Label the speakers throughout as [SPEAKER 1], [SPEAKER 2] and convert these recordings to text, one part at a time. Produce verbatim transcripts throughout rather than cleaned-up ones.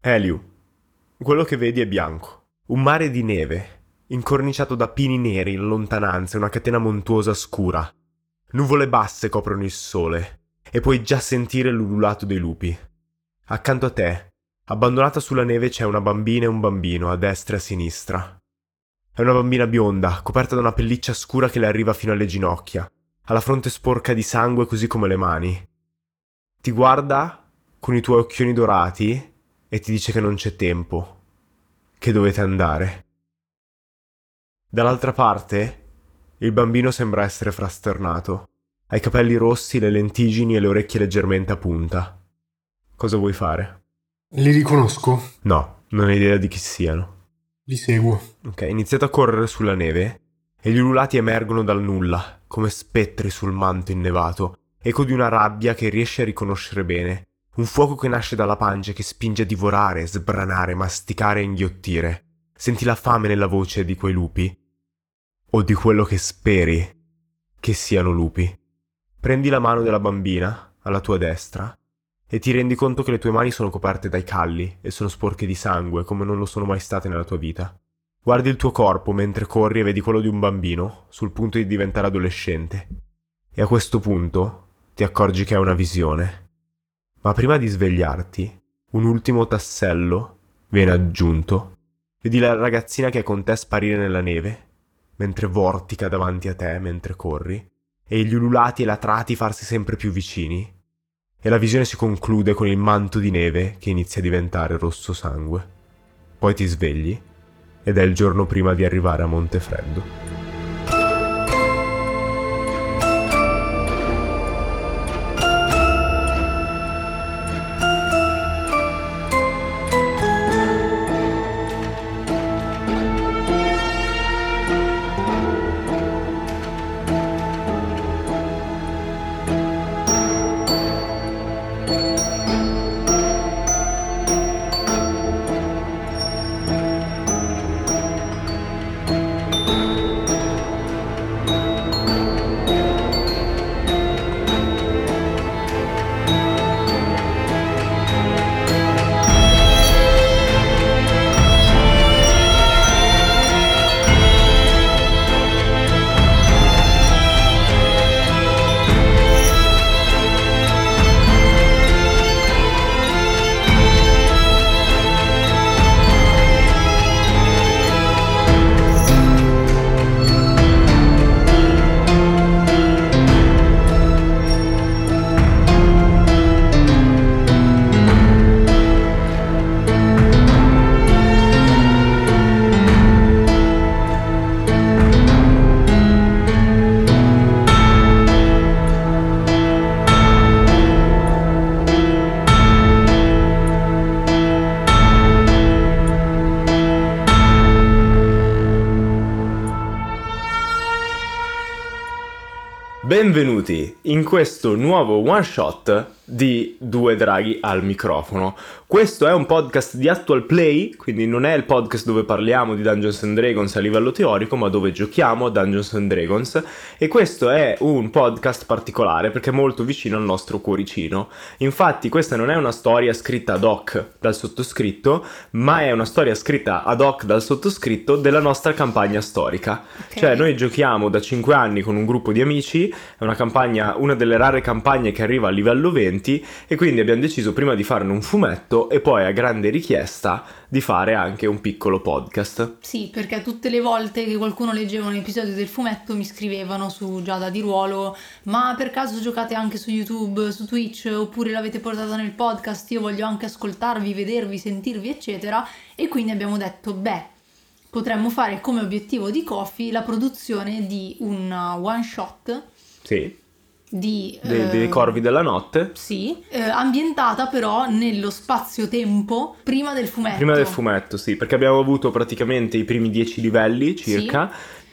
[SPEAKER 1] Eliu, quello che vedi è bianco. Un mare di neve, incorniciato da pini neri in lontananza e una catena montuosa scura. Nuvole basse coprono il sole e puoi già sentire l'ululato dei lupi. Accanto a te, abbandonata sulla neve, c'è una bambina e un bambino a destra e a sinistra. È una bambina bionda, coperta da una pelliccia scura che le arriva fino alle ginocchia. Ha la fronte sporca di sangue così come le mani. Ti guarda con i tuoi occhioni dorati e ti dice che non c'è tempo, che dovete andare. Dall'altra parte, il bambino sembra essere frasternato. Ha i capelli rossi, le lentiggini e le orecchie leggermente a punta. Cosa vuoi fare?
[SPEAKER 2] Li riconosco?
[SPEAKER 1] No, non hai idea di chi siano.
[SPEAKER 2] Li seguo.
[SPEAKER 1] Ok, iniziate a correre sulla neve e gli ululati emergono dal nulla, come spettri sul manto innevato, eco di una rabbia che riesci a riconoscere bene. Un fuoco che nasce dalla pancia e che spinge a divorare, sbranare, masticare e inghiottire. Senti la fame nella voce di quei lupi? O di quello che speri che siano lupi. Prendi la mano della bambina, alla tua destra, e ti rendi conto che le tue mani sono coperte dai calli e sono sporche di sangue come non lo sono mai state nella tua vita. Guardi il tuo corpo mentre corri e vedi quello di un bambino, sul punto di diventare adolescente. E a questo punto ti accorgi che è una visione. Ma prima di svegliarti, un ultimo tassello viene aggiunto. Vedi la ragazzina che è con te sparire nella neve, mentre vortica davanti a te mentre corri, e gli ululati e latrati farsi sempre più vicini. E la visione si conclude con il manto di neve che inizia a diventare rosso sangue. Poi ti svegli, ed è il giorno prima di arrivare a Montefreddo. Benvenuti in questo nuovo one shot di Due Draghi al microfono. Questo è un podcast di Actual Play, quindi non è il podcast dove parliamo di Dungeons and Dragons a livello teorico, ma dove giochiamo a Dungeons and Dragons, e questo è un podcast particolare perché è molto vicino al nostro cuoricino. Infatti questa non è una storia scritta ad hoc dal sottoscritto, ma è una storia scritta ad hoc dal sottoscritto della nostra campagna storica. Okay. Cioè noi giochiamo da cinque anni con un gruppo di amici, è una campagna, una delle rare campagne che arriva a livello venti, e quindi abbiamo deciso prima di farne un fumetto e poi a grande richiesta di fare anche un piccolo podcast.
[SPEAKER 3] Sì, perché tutte le volte che qualcuno leggeva un episodio del fumetto mi scrivevano su Giada di Ruolo: ma per caso giocate anche su YouTube, su Twitch, oppure l'avete portata nel podcast? Io voglio anche ascoltarvi, vedervi, sentirvi, eccetera. E quindi abbiamo detto, beh, potremmo fare come obiettivo di Ko-fi la produzione di un one shot.
[SPEAKER 1] Sì.
[SPEAKER 3] Di,
[SPEAKER 1] De, eh, dei Corvi della Notte.
[SPEAKER 3] Sì, eh, ambientata però nello spazio-tempo prima del fumetto.
[SPEAKER 1] Prima del fumetto, sì, perché abbiamo avuto praticamente i primi dieci livelli circa, sì.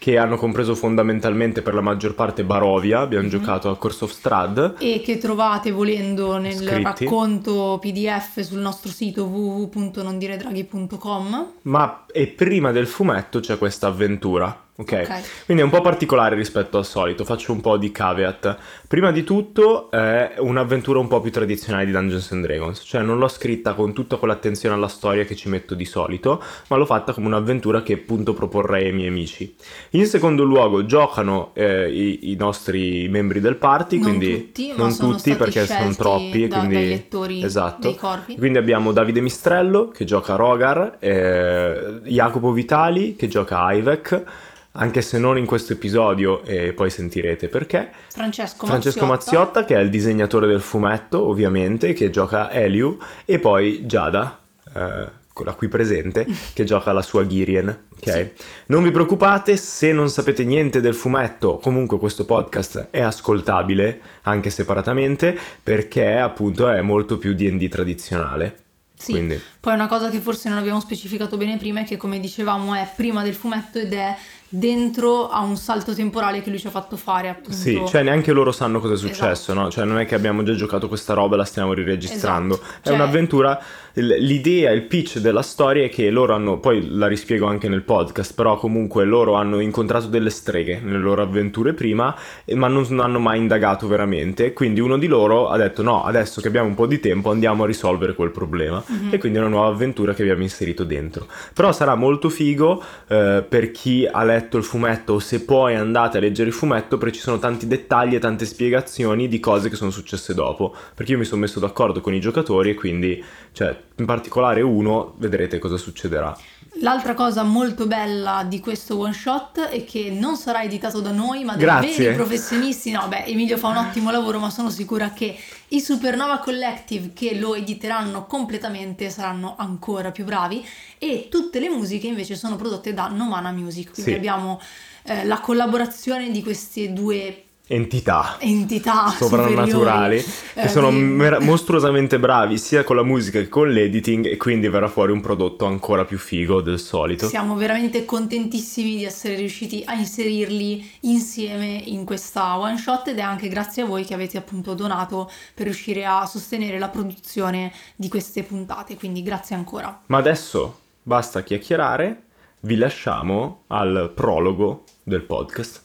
[SPEAKER 1] che hanno compreso fondamentalmente per la maggior parte Barovia, abbiamo
[SPEAKER 3] Mhm.
[SPEAKER 1] giocato a Curse of Strahd.
[SPEAKER 3] E che trovate volendo nel
[SPEAKER 1] Scritti.
[SPEAKER 3] racconto P D F sul nostro sito w w w punto non dire draghi punto com.
[SPEAKER 1] Ma e prima del fumetto c'è questa avventura, ok?
[SPEAKER 3] Ok.
[SPEAKER 1] Quindi è un po' particolare rispetto al solito, faccio un po' di caveat. Prima di tutto è un'avventura un po' più tradizionale di Dungeons and Dragons, cioè non l'ho scritta con tutta quell'attenzione alla storia che ci metto di solito, ma l'ho fatta come un'avventura che appunto proporrei ai miei amici. In secondo luogo giocano eh, i, i nostri membri del party,
[SPEAKER 3] Non
[SPEAKER 1] quindi
[SPEAKER 3] tutti, ma
[SPEAKER 1] non
[SPEAKER 3] sono
[SPEAKER 1] tutti
[SPEAKER 3] stati
[SPEAKER 1] perché sono
[SPEAKER 3] scelti
[SPEAKER 1] troppi,
[SPEAKER 3] da-
[SPEAKER 1] quindi
[SPEAKER 3] dai lettori
[SPEAKER 1] esatto.
[SPEAKER 3] dei corpi.
[SPEAKER 1] Quindi abbiamo Davide Mistrello che gioca Rogar, eh, Jacopo Vitali che gioca Ivek, anche se non in questo episodio e poi sentirete perché.
[SPEAKER 3] Francesco,
[SPEAKER 1] Francesco
[SPEAKER 3] Maziotta.
[SPEAKER 1] Maziotta che è il disegnatore del fumetto ovviamente, che gioca Eliu, e poi Giada, eh, la qui presente, che gioca la sua Girien. Ok?
[SPEAKER 3] Sì.
[SPEAKER 1] Non vi preoccupate se non sapete niente del fumetto, comunque questo podcast è ascoltabile anche separatamente perché appunto è molto più D and D tradizionale.
[SPEAKER 3] Sì.
[SPEAKER 1] Quindi
[SPEAKER 3] Poi una cosa che forse non abbiamo specificato bene prima è che, come dicevamo, è prima del fumetto ed è dentro a un salto temporale che lui ci ha fatto fare, appunto.
[SPEAKER 1] sì, cioè neanche loro sanno cosa è successo,
[SPEAKER 3] Esatto.
[SPEAKER 1] no? Cioè non è che abbiamo già giocato questa roba e la stiamo riregistrando.
[SPEAKER 3] Esatto.
[SPEAKER 1] È
[SPEAKER 3] Cioè-
[SPEAKER 1] un'avventura, l- l'idea, il pitch della storia è che loro hanno, poi la rispiego anche nel podcast, però comunque loro hanno incontrato delle streghe nelle loro avventure prima, eh, ma non hanno mai indagato veramente, quindi uno di loro ha detto no, adesso che abbiamo un po' di tempo andiamo a risolvere quel problema, e quindi è una nuova avventura che abbiamo inserito dentro. Però sarà molto figo eh, per chi ha letto il fumetto, o se poi andate a leggere il fumetto, perché ci sono tanti dettagli e tante spiegazioni di cose che sono successe dopo, perché io mi sono messo d'accordo con i giocatori e quindi, cioè, in particolare uno, vedrete cosa succederà.
[SPEAKER 3] L'altra cosa molto bella di questo one shot è che non sarà editato da noi, ma da
[SPEAKER 1] Grazie.
[SPEAKER 3] veri professionisti. No, beh, Emilio fa un ottimo lavoro, ma sono sicura che i Supernova Collective che lo editeranno completamente saranno ancora più bravi, e tutte le musiche invece sono prodotte da Nomana Music. Quindi
[SPEAKER 1] Sì.
[SPEAKER 3] abbiamo eh, la collaborazione di queste due
[SPEAKER 1] Entità
[SPEAKER 3] entità
[SPEAKER 1] soprannaturali
[SPEAKER 3] superiori,
[SPEAKER 1] che
[SPEAKER 3] eh,
[SPEAKER 1] sono
[SPEAKER 3] di-
[SPEAKER 1] mer- mostruosamente bravi sia con la musica che con l'editing, e quindi verrà fuori un prodotto ancora più figo del solito.
[SPEAKER 3] Siamo veramente contentissimi di essere riusciti a inserirli insieme in questa one shot, ed è anche grazie a voi che avete appunto donato per riuscire a sostenere la produzione di queste puntate, quindi grazie ancora.
[SPEAKER 1] Ma adesso basta chiacchierare, vi lasciamo al prologo del podcast.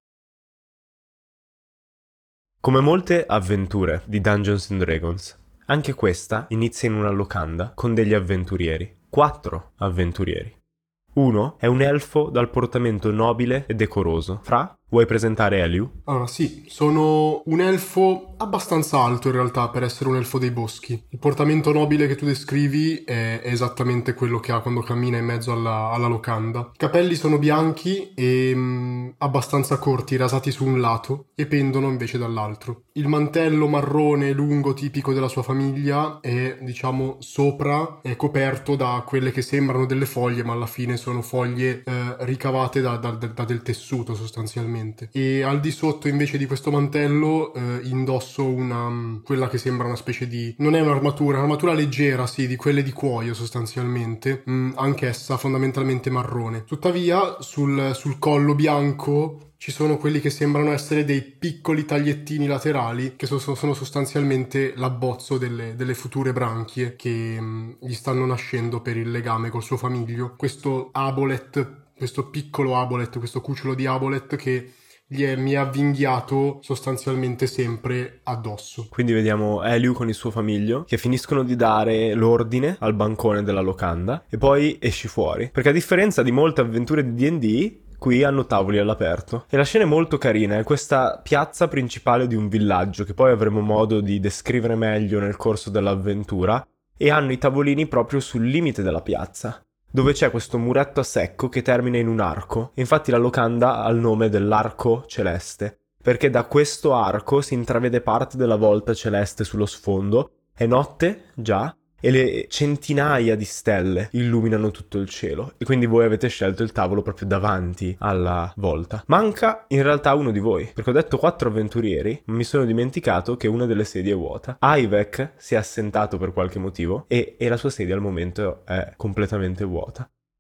[SPEAKER 1] Come molte avventure di Dungeons and Dragons, anche questa inizia in una locanda con degli avventurieri. Quattro avventurieri. Uno è un elfo dal portamento nobile e decoroso. Fra, vuoi presentare Eliu?
[SPEAKER 2] Allora, sì, sono un elfo abbastanza alto in realtà per essere un elfo dei boschi. Il portamento nobile che tu descrivi è, è esattamente quello che ha quando cammina in mezzo alla, alla locanda. I capelli sono bianchi e mh, abbastanza corti, rasati su un lato, e pendono invece dall'altro. Il mantello marrone lungo tipico della sua famiglia è, diciamo, sopra, è coperto da quelle che sembrano delle foglie, ma alla fine sono foglie eh, ricavate da, da- da- da del tessuto sostanzialmente. E al di sotto invece di questo mantello eh, indosso una, quella che sembra una specie di, non è un'armatura, è un'armatura leggera, sì, di quelle di cuoio sostanzialmente, mm, anch'essa fondamentalmente marrone. Tuttavia sul, sul collo bianco ci sono quelli che sembrano essere dei piccoli tagliettini laterali che so- sono sostanzialmente l'abbozzo delle, delle future branchie che mh, gli stanno nascendo per il legame col suo famiglio. Questo abolet, questo piccolo abolet, questo cucciolo di abolet che gli è, mi è avvinghiato sostanzialmente sempre addosso.
[SPEAKER 1] Quindi vediamo Eliu con il suo famiglio che finiscono di dare l'ordine al bancone della locanda e poi esci fuori. Perché a differenza di molte avventure di D and D, qui hanno tavoli all'aperto. E la scena è molto carina, è questa piazza principale di un villaggio che poi avremo modo di descrivere meglio nel corso dell'avventura, e hanno i tavolini proprio sul limite della piazza, dove c'è questo muretto a secco che termina in un arco. Infatti la locanda ha il nome dell'Arco Celeste, perché da questo arco si intravede parte della volta celeste sullo sfondo. È notte già, e le centinaia di stelle illuminano tutto il cielo, e quindi voi avete scelto il tavolo proprio davanti alla volta. Manca in realtà uno di voi, perché ho detto quattro avventurieri, ma mi sono dimenticato che una delle sedie è vuota. Ivek si è assentato per qualche motivo e, e la sua sedia al momento è completamente vuota.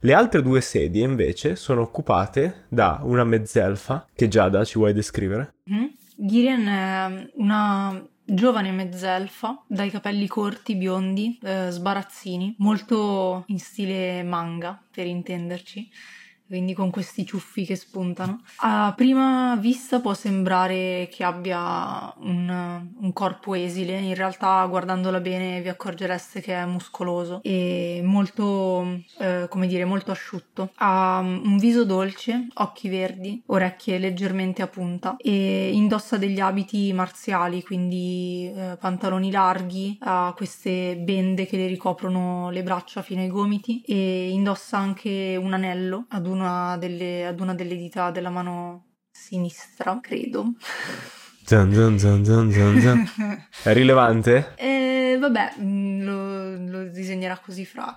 [SPEAKER 1] Le altre due sedie invece sono occupate da una mezzelfa che Giada ci vuoi descrivere?
[SPEAKER 3] Mm. Girian è una giovane mezzelfa dai capelli corti, biondi, eh, sbarazzini, molto in stile manga, per intenderci, quindi con questi ciuffi che spuntano. A prima vista può sembrare che abbia un, un corpo esile, in realtà guardandola bene vi accorgereste che è muscoloso e molto, eh, come dire, molto asciutto. Ha un viso dolce, occhi verdi, orecchie leggermente a punta e indossa degli abiti marziali, quindi eh, pantaloni larghi, ha queste bende che le ricoprono le braccia fino ai gomiti e indossa anche un anello ad una delle, ad una delle dita della mano sinistra, credo.
[SPEAKER 1] Zan zan zan zan zan zan. È rilevante?
[SPEAKER 3] E vabbè, lo, lo disegnerà così fra.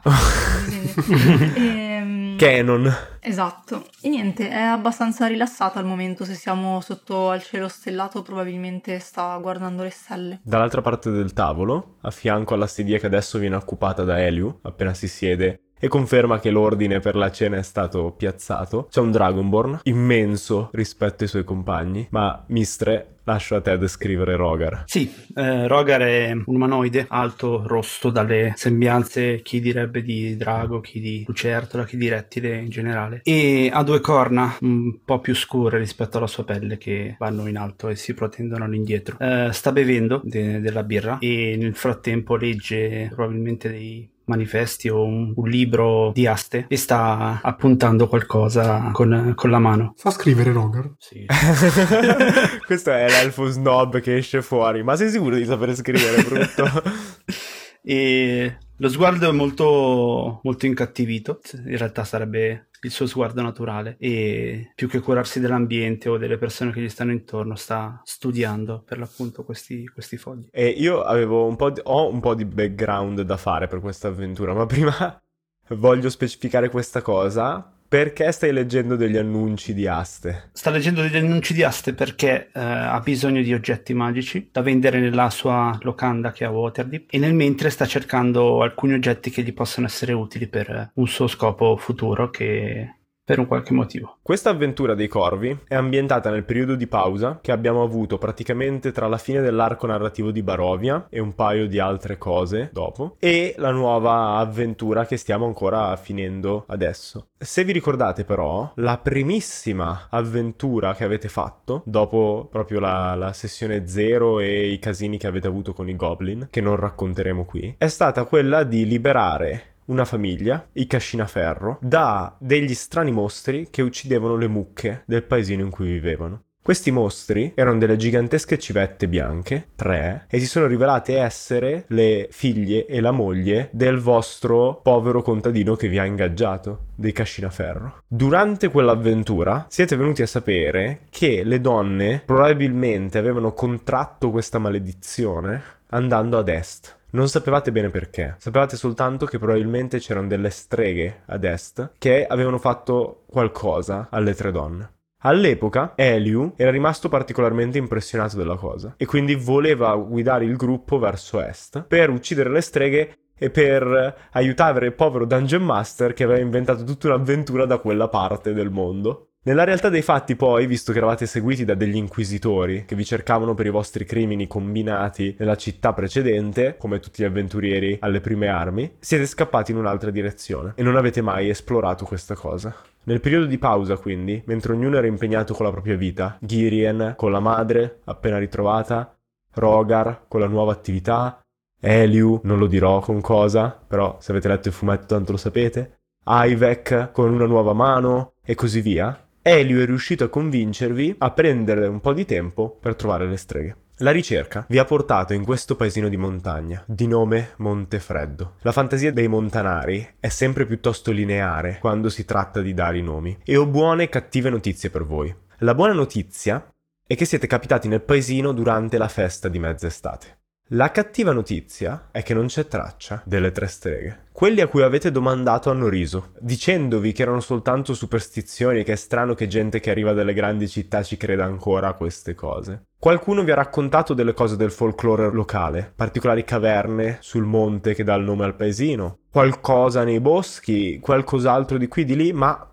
[SPEAKER 3] e,
[SPEAKER 1] Canon.
[SPEAKER 3] Esatto. E niente, è abbastanza rilassata al momento. Se siamo sotto al cielo stellato probabilmente sta guardando le stelle.
[SPEAKER 1] Dall'altra parte del tavolo, a fianco alla sedia che adesso viene occupata da Eliu, appena si siede e conferma che l'ordine per la cena è stato piazzato, c'è un Dragonborn immenso rispetto ai suoi compagni, ma Mistre, lascio a te descrivere Rogar.
[SPEAKER 4] Sì, eh, Rogar è un umanoide alto, rosto, dalle sembianze chi direbbe di drago, chi di lucertola, chi di rettile in generale, e ha due corna un po' più scure rispetto alla sua pelle che vanno in alto e si protendono all'indietro. Eh, sta bevendo de- della birra e nel frattempo legge probabilmente dei manifesti o un, un libro di aste e sta appuntando qualcosa con, con la mano.
[SPEAKER 2] Sa scrivere Rogar?
[SPEAKER 4] Sì.
[SPEAKER 1] Questo è l'elfo snob che esce fuori. Ma sei sicuro di sapere scrivere, brutto?
[SPEAKER 4] E lo sguardo è molto molto incattivito, in realtà sarebbe il suo sguardo naturale, e più che curarsi dell'ambiente o delle persone che gli stanno intorno sta studiando per l'appunto questi, questi fogli.
[SPEAKER 1] E io avevo un po' di, ho un po' di background da fare per questa avventura, ma prima voglio specificare questa cosa. Perché stai leggendo degli annunci di aste?
[SPEAKER 4] Sta leggendo degli annunci di aste perché eh, ha bisogno di oggetti magici da vendere nella sua locanda che è a Waterdeep, e nel mentre sta cercando alcuni oggetti che gli possono essere utili per un suo scopo futuro, che per un qualche motivo.
[SPEAKER 1] Questa avventura dei corvi è ambientata nel periodo di pausa che abbiamo avuto praticamente tra la fine dell'arco narrativo di Barovia e un paio di altre cose dopo, e la nuova avventura che stiamo ancora finendo adesso. Se vi ricordate però, la primissima avventura che avete fatto, dopo proprio la, la sessione zero e i casini che avete avuto con i goblin, che non racconteremo qui, è stata quella di liberare una famiglia, i Cascinaferro, da degli strani mostri che uccidevano le mucche del paesino in cui vivevano. Questi mostri erano delle gigantesche civette bianche, tre, e si sono rivelate essere le figlie e la moglie del vostro povero contadino che vi ha ingaggiato, dei Cascinaferro. Durante quell'avventura siete venuti a sapere che le donne probabilmente avevano contratto questa maledizione andando ad est. Non sapevate bene perché, sapevate soltanto che probabilmente c'erano delle streghe ad est che avevano fatto qualcosa alle tre donne. All'epoca Eliu era rimasto particolarmente impressionato della cosa e quindi voleva guidare il gruppo verso est per uccidere le streghe e per aiutare il povero Dungeon Master che aveva inventato tutta un'avventura da quella parte del mondo. Nella realtà dei fatti poi, visto che eravate seguiti da degli inquisitori che vi cercavano per i vostri crimini combinati nella città precedente, come tutti gli avventurieri alle prime armi, siete scappati in un'altra direzione e non avete mai esplorato questa cosa. Nel periodo di pausa, quindi, mentre ognuno era impegnato con la propria vita, Girien con la madre appena ritrovata, Rogar con la nuova attività, Eliu, non lo dirò con cosa, però se avete letto il fumetto tanto lo sapete, Ivek con una nuova mano e così via, Eliu è riuscito a convincervi a prendere un po' di tempo per trovare le streghe. La ricerca vi ha portato in questo paesino di montagna, di nome Montefreddo. La fantasia dei montanari è sempre piuttosto lineare quando si tratta di dare i nomi, e ho buone e cattive notizie per voi. La buona notizia è che siete capitati nel paesino durante la festa di mezz'estate. La cattiva notizia è che non c'è traccia delle tre streghe. Quelli a cui avete domandato hanno riso, dicendovi che erano soltanto superstizioni e che è strano che gente che arriva dalle grandi città ci creda ancora a queste cose. Qualcuno vi ha raccontato delle cose del folklore locale, particolari caverne sul monte che dà il nome al paesino, qualcosa nei boschi, qualcos'altro di qui di lì, ma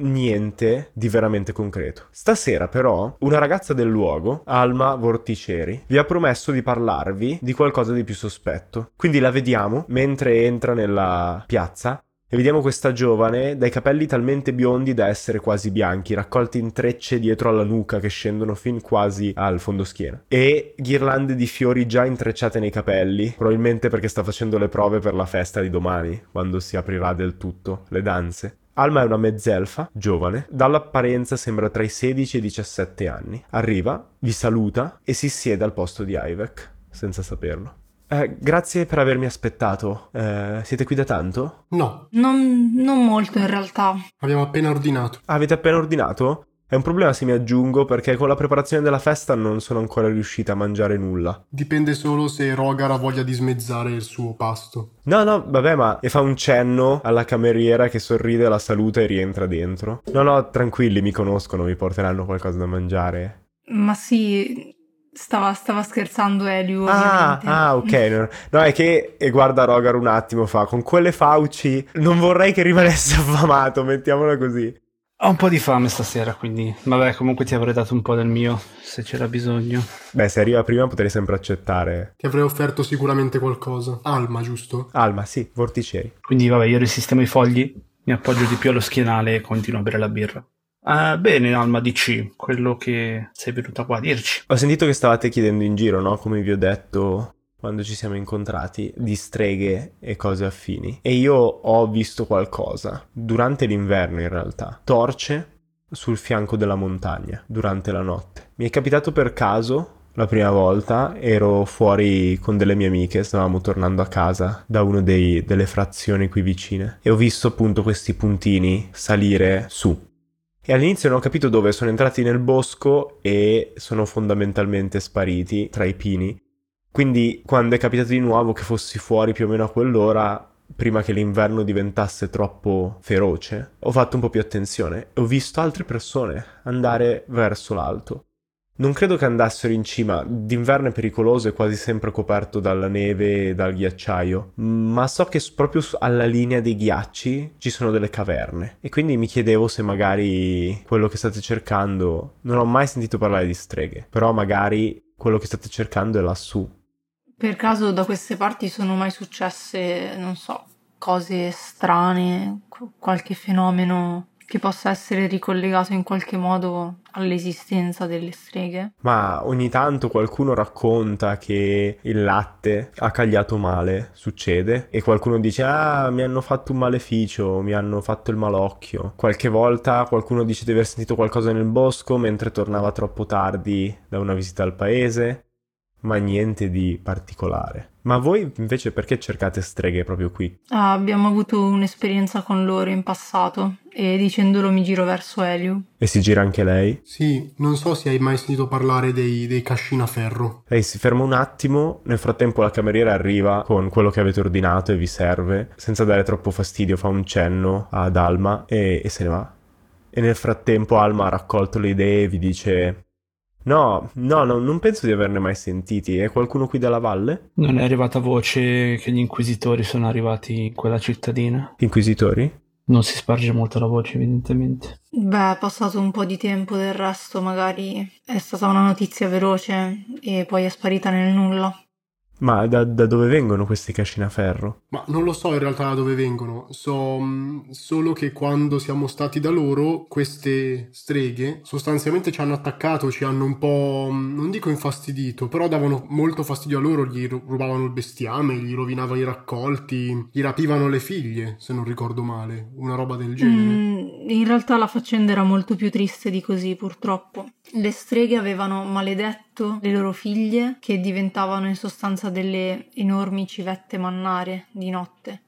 [SPEAKER 1] niente di veramente concreto. Stasera però una ragazza del luogo, Alma Vorticeri, vi ha promesso di parlarvi di qualcosa di più sospetto. Quindi la vediamo mentre entra nella piazza e vediamo questa giovane dai capelli talmente biondi da essere quasi bianchi, raccolti in trecce dietro alla nuca che scendono fin quasi al fondoschiena, e ghirlande di fiori già intrecciate nei capelli, probabilmente perché sta facendo le prove per la festa di domani, quando si aprirà del tutto le danze. Alma è una mezzelfa, giovane, dall'apparenza sembra tra i sedici e i diciassette anni. Arriva, vi saluta e si siede al posto di Ivek, senza saperlo. Eh, grazie per avermi aspettato. Eh, siete qui da tanto?
[SPEAKER 2] No,
[SPEAKER 3] Non, non molto in realtà.
[SPEAKER 2] abbiamo appena ordinato.
[SPEAKER 1] Ah, avete appena ordinato? È un problema se mi aggiungo perché con la preparazione della festa non sono ancora riuscita a mangiare nulla.
[SPEAKER 2] Dipende solo se Rogar ha voglia di smezzare il suo pasto.
[SPEAKER 1] No, no, vabbè, ma... E fa un cenno alla cameriera che sorride, la saluta e rientra dentro. No, no, tranquilli, mi conoscono, mi porteranno qualcosa da mangiare.
[SPEAKER 3] Ma sì, stava, stava scherzando Eliu,
[SPEAKER 1] Ah,
[SPEAKER 3] ovviamente.
[SPEAKER 1] ah, ok. No, no, è che... E guarda Rogar un attimo fa, con quelle fauci non vorrei che rimanesse affamato, mettiamola così.
[SPEAKER 4] Ho un po' di fame stasera, quindi vabbè, comunque ti avrei dato un po' del mio, se c'era bisogno.
[SPEAKER 1] Beh, se arriva prima potrei sempre accettare.
[SPEAKER 2] Ti avrei offerto sicuramente qualcosa. Alma, giusto?
[SPEAKER 1] Alma, sì, Vorticeri.
[SPEAKER 4] Quindi vabbè, io risistemo i fogli, mi appoggio di più allo schienale e continuo a bere la birra. Ah, bene, Alma, dici quello che sei venuta qua a dirci.
[SPEAKER 1] Ho sentito che stavate chiedendo in giro, no? Come vi ho detto quando ci siamo incontrati, di streghe e cose affini. E io ho visto qualcosa, durante l'inverno in realtà. Torce sul fianco della montagna, durante la notte. Mi è capitato per caso, la prima volta, ero fuori con delle mie amiche, stavamo tornando a casa da una delle frazioni qui vicine. E ho visto appunto questi puntini salire su. E all'inizio non ho capito dove, sono entrati nel bosco e sono fondamentalmente spariti tra i pini. Quindi quando è capitato di nuovo che fossi fuori più o meno a quell'ora, prima che l'inverno diventasse troppo feroce, ho fatto un po' più attenzione e ho visto altre persone andare verso l'alto. Non credo che andassero in cima, d'inverno è pericoloso e quasi sempre coperto dalla neve e dal ghiacciaio, ma so che proprio alla linea dei ghiacci ci sono delle caverne e quindi mi chiedevo se magari quello che state cercando, non ho mai sentito parlare di streghe, però magari quello che state cercando è lassù.
[SPEAKER 3] Per caso da queste parti sono mai successe, non so, cose strane, qu- qualche fenomeno che possa essere ricollegato in qualche modo all'esistenza delle streghe?
[SPEAKER 1] Ma ogni tanto qualcuno racconta che il latte ha cagliato male, succede, e qualcuno dice ah, mi hanno fatto un maleficio, mi hanno fatto il malocchio. Qualche volta qualcuno dice di aver sentito qualcosa nel bosco mentre tornava troppo tardi da una visita al paese, ma niente di particolare. Ma voi invece perché cercate streghe proprio qui?
[SPEAKER 3] Ah, abbiamo avuto un'esperienza con loro in passato e dicendolo mi giro verso Eliu.
[SPEAKER 1] E si gira anche lei?
[SPEAKER 2] Sì, non so se hai mai sentito parlare dei, dei cascinaferro.
[SPEAKER 1] Lei si ferma un attimo, nel frattempo la cameriera arriva con quello che avete ordinato e vi serve, senza dare troppo fastidio fa un cenno ad Alma e, e se ne va. E nel frattempo Alma ha raccolto le idee e vi dice no, no, no, non penso di averne mai sentiti, è qualcuno qui dalla valle?
[SPEAKER 4] Non è arrivata voce che gli inquisitori sono arrivati in quella cittadina?
[SPEAKER 1] Inquisitori?
[SPEAKER 4] Non si sparge molto la voce, evidentemente.
[SPEAKER 3] Beh, è passato un po' di tempo, del resto magari è stata una notizia veloce e poi è sparita nel nulla.
[SPEAKER 1] Ma da, da dove vengono questi cascinaferro?
[SPEAKER 2] Ma non lo so in realtà da dove vengono, so mh, solo che quando siamo stati da loro, queste streghe sostanzialmente ci hanno attaccato, ci hanno un po', mh, non dico infastidito, però davano molto fastidio a loro, gli ru- rubavano il bestiame, gli rovinavano i raccolti, gli rapivano le figlie, se non ricordo male, una roba del genere.
[SPEAKER 3] Mm, in realtà la faccenda era molto più triste di così, purtroppo. Le streghe avevano maledetto le loro figlie, che diventavano in sostanza delle enormi civette mannare di notte,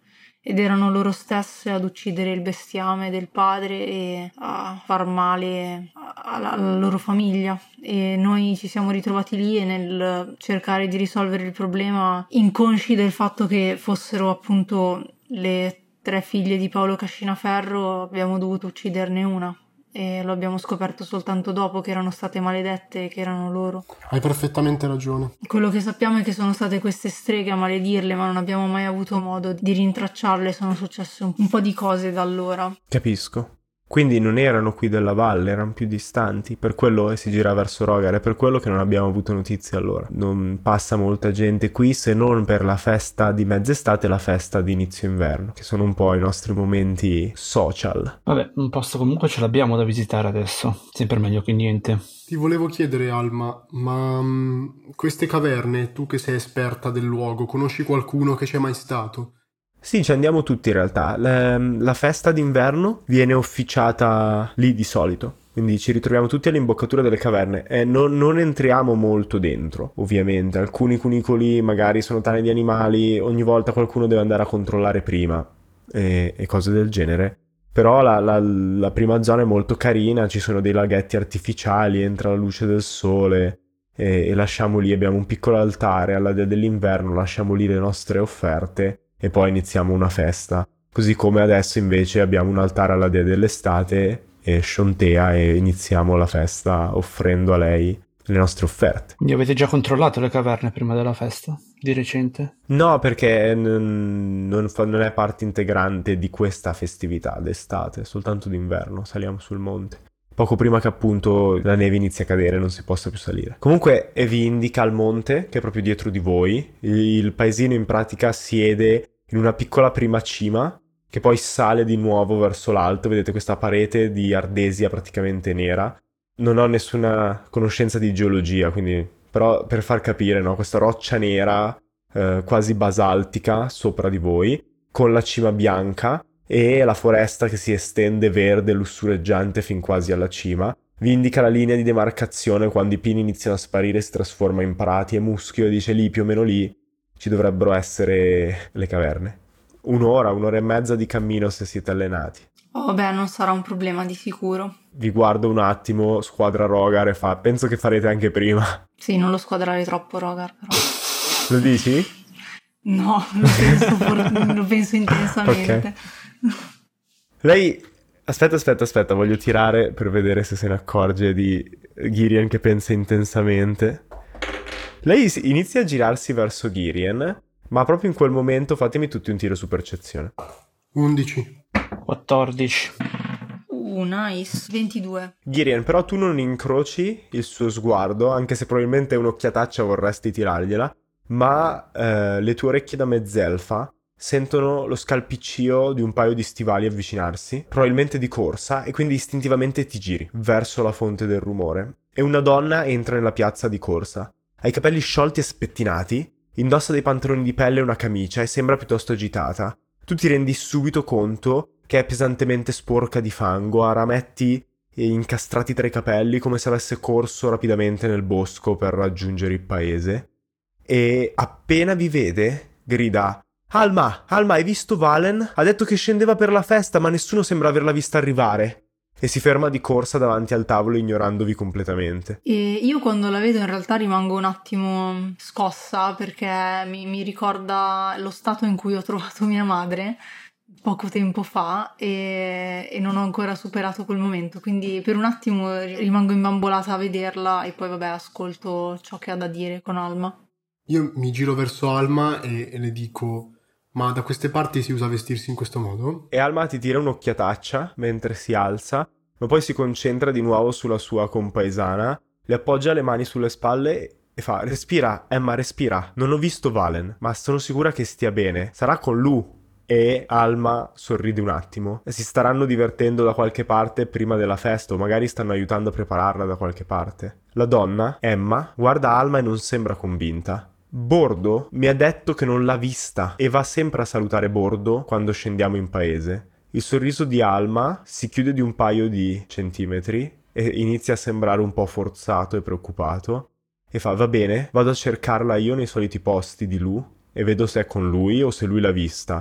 [SPEAKER 3] ed erano loro stesse ad uccidere il bestiame del padre e a far male alla, alla loro famiglia, e noi ci siamo ritrovati lì e nel cercare di risolvere il problema, inconsci del fatto che fossero appunto le tre figlie di Paolo Cascinaferro, abbiamo dovuto ucciderne una. E lo abbiamo scoperto soltanto dopo che erano state maledette e che erano loro.
[SPEAKER 2] Hai perfettamente ragione.
[SPEAKER 3] Quello che sappiamo è che sono state queste streghe a maledirle, ma non abbiamo mai avuto modo di rintracciarle. Sono successe un, un po' di cose da allora.
[SPEAKER 1] Capisco. Quindi non erano qui della valle, erano più distanti, per quello che si gira verso Rogar, è per quello che non abbiamo avuto notizie allora. Non passa molta gente qui se non per la festa di mezz'estate e la festa di inizio inverno, che sono un po' i nostri momenti social.
[SPEAKER 4] Vabbè, un posto comunque ce l'abbiamo da visitare adesso, sempre meglio che niente.
[SPEAKER 2] Ti volevo chiedere, Alma, ma mh, queste caverne, tu che sei esperta del luogo, conosci qualcuno che c'è mai stato?
[SPEAKER 1] Sì, ci andiamo tutti in realtà. La, la festa d'inverno viene officiata lì di solito, quindi ci ritroviamo tutti all'imboccatura delle caverne e non, non entriamo molto dentro, ovviamente. Alcuni cunicoli magari sono tane di animali, ogni volta qualcuno deve andare a controllare prima e, e cose del genere. Però la, la, la prima zona è molto carina, ci sono dei laghetti artificiali, entra la luce del sole e, e lasciamo lì, abbiamo un piccolo altare alla dea dell'inverno, lasciamo lì le nostre offerte e poi iniziamo una festa, così come adesso invece abbiamo un altare alla dea dell'estate e Shontea e iniziamo la festa offrendo a lei le nostre offerte.
[SPEAKER 4] Quindi avete già controllato le caverne prima della festa, di recente?
[SPEAKER 1] No, perché n- non, fa- non è parte integrante di questa festività d'estate, soltanto d'inverno saliamo sul monte. Poco prima che appunto la neve inizi a cadere, non si possa più salire. Comunque e vi indica il monte, che è proprio dietro di voi. Il, il paesino in pratica siede in una piccola prima cima, che poi sale di nuovo verso l'alto. Vedete questa parete di ardesia praticamente nera. Non ho nessuna conoscenza di geologia, quindi però per far capire, no? Questa roccia nera, eh, quasi basaltica, sopra di voi, con la cima bianca, e la foresta che si estende verde lussureggiante fin quasi alla cima. Vi indica la linea di demarcazione quando i pini iniziano a sparire, si trasforma in prati e muschio e dice lì, più o meno lì, ci dovrebbero essere le caverne. Un'ora, un'ora e mezza di cammino se siete allenati.
[SPEAKER 3] Oh, vabbè, non sarà un problema di sicuro.
[SPEAKER 1] Vi guardo un attimo, squadra Rogar, e fa, penso che farete anche prima.
[SPEAKER 3] Sì, non lo squadrare troppo, Rogar, però.
[SPEAKER 1] Lo dici?
[SPEAKER 3] No, lo penso, for- lo penso intensamente.
[SPEAKER 1] Ok. Lei, aspetta, aspetta, aspetta, voglio tirare per vedere se se ne accorge di Girien che pensa intensamente. Lei inizia a girarsi verso Girien, ma proprio in quel momento fatemi tutti un tiro su percezione.
[SPEAKER 2] undici.
[SPEAKER 4] quattordici.
[SPEAKER 3] Uh, nice. ventidue.
[SPEAKER 1] Girien, però tu non incroci il suo sguardo, anche se probabilmente un'occhiataccia vorresti tirargliela, ma eh, le tue orecchie da mezzelfa sentono lo scalpiccio di un paio di stivali avvicinarsi, probabilmente di corsa, e quindi istintivamente ti giri verso la fonte del rumore. E una donna entra nella piazza di corsa. Ha i capelli sciolti e spettinati, indossa dei pantaloni di pelle e una camicia e sembra piuttosto agitata. Tu ti rendi subito conto che è pesantemente sporca di fango, ha rametti incastrati tra i capelli come se avesse corso rapidamente nel bosco per raggiungere il paese. E appena vi vede, grida: Alma, Alma, hai visto Valen? Ha detto che scendeva per la festa, ma nessuno sembra averla vista arrivare. E si ferma di corsa davanti al tavolo, ignorandovi completamente.
[SPEAKER 3] E io quando la vedo in realtà rimango un attimo scossa, perché mi, mi ricorda lo stato in cui ho trovato mia madre poco tempo fa e, e non ho ancora superato quel momento, quindi per un attimo rimango imbambolata a vederla e poi vabbè ascolto ciò che ha da dire con Alma.
[SPEAKER 2] Io mi giro verso Alma e, e le dico: ma da queste parti si usa vestirsi in questo modo?
[SPEAKER 1] E Alma ti tira un'occhiataccia mentre si alza, ma poi si concentra di nuovo sulla sua compaesana, le appoggia le mani sulle spalle e fa: respira, Emma, respira. Non ho visto Valen, ma sono sicura che stia bene. Sarà con Lu. E Alma sorride un attimo. E si staranno divertendo da qualche parte prima della festa, o magari stanno aiutando a prepararla da qualche parte. La donna, Emma, guarda Alma e non sembra convinta. Bordo mi ha detto che non l'ha vista e va sempre a salutare Bordo quando scendiamo in paese. Il sorriso di Alma si chiude di un paio di centimetri e inizia a sembrare un po' forzato e preoccupato e fa: va bene, vado a cercarla io nei soliti posti di Lu e vedo se è con lui o se lui l'ha vista.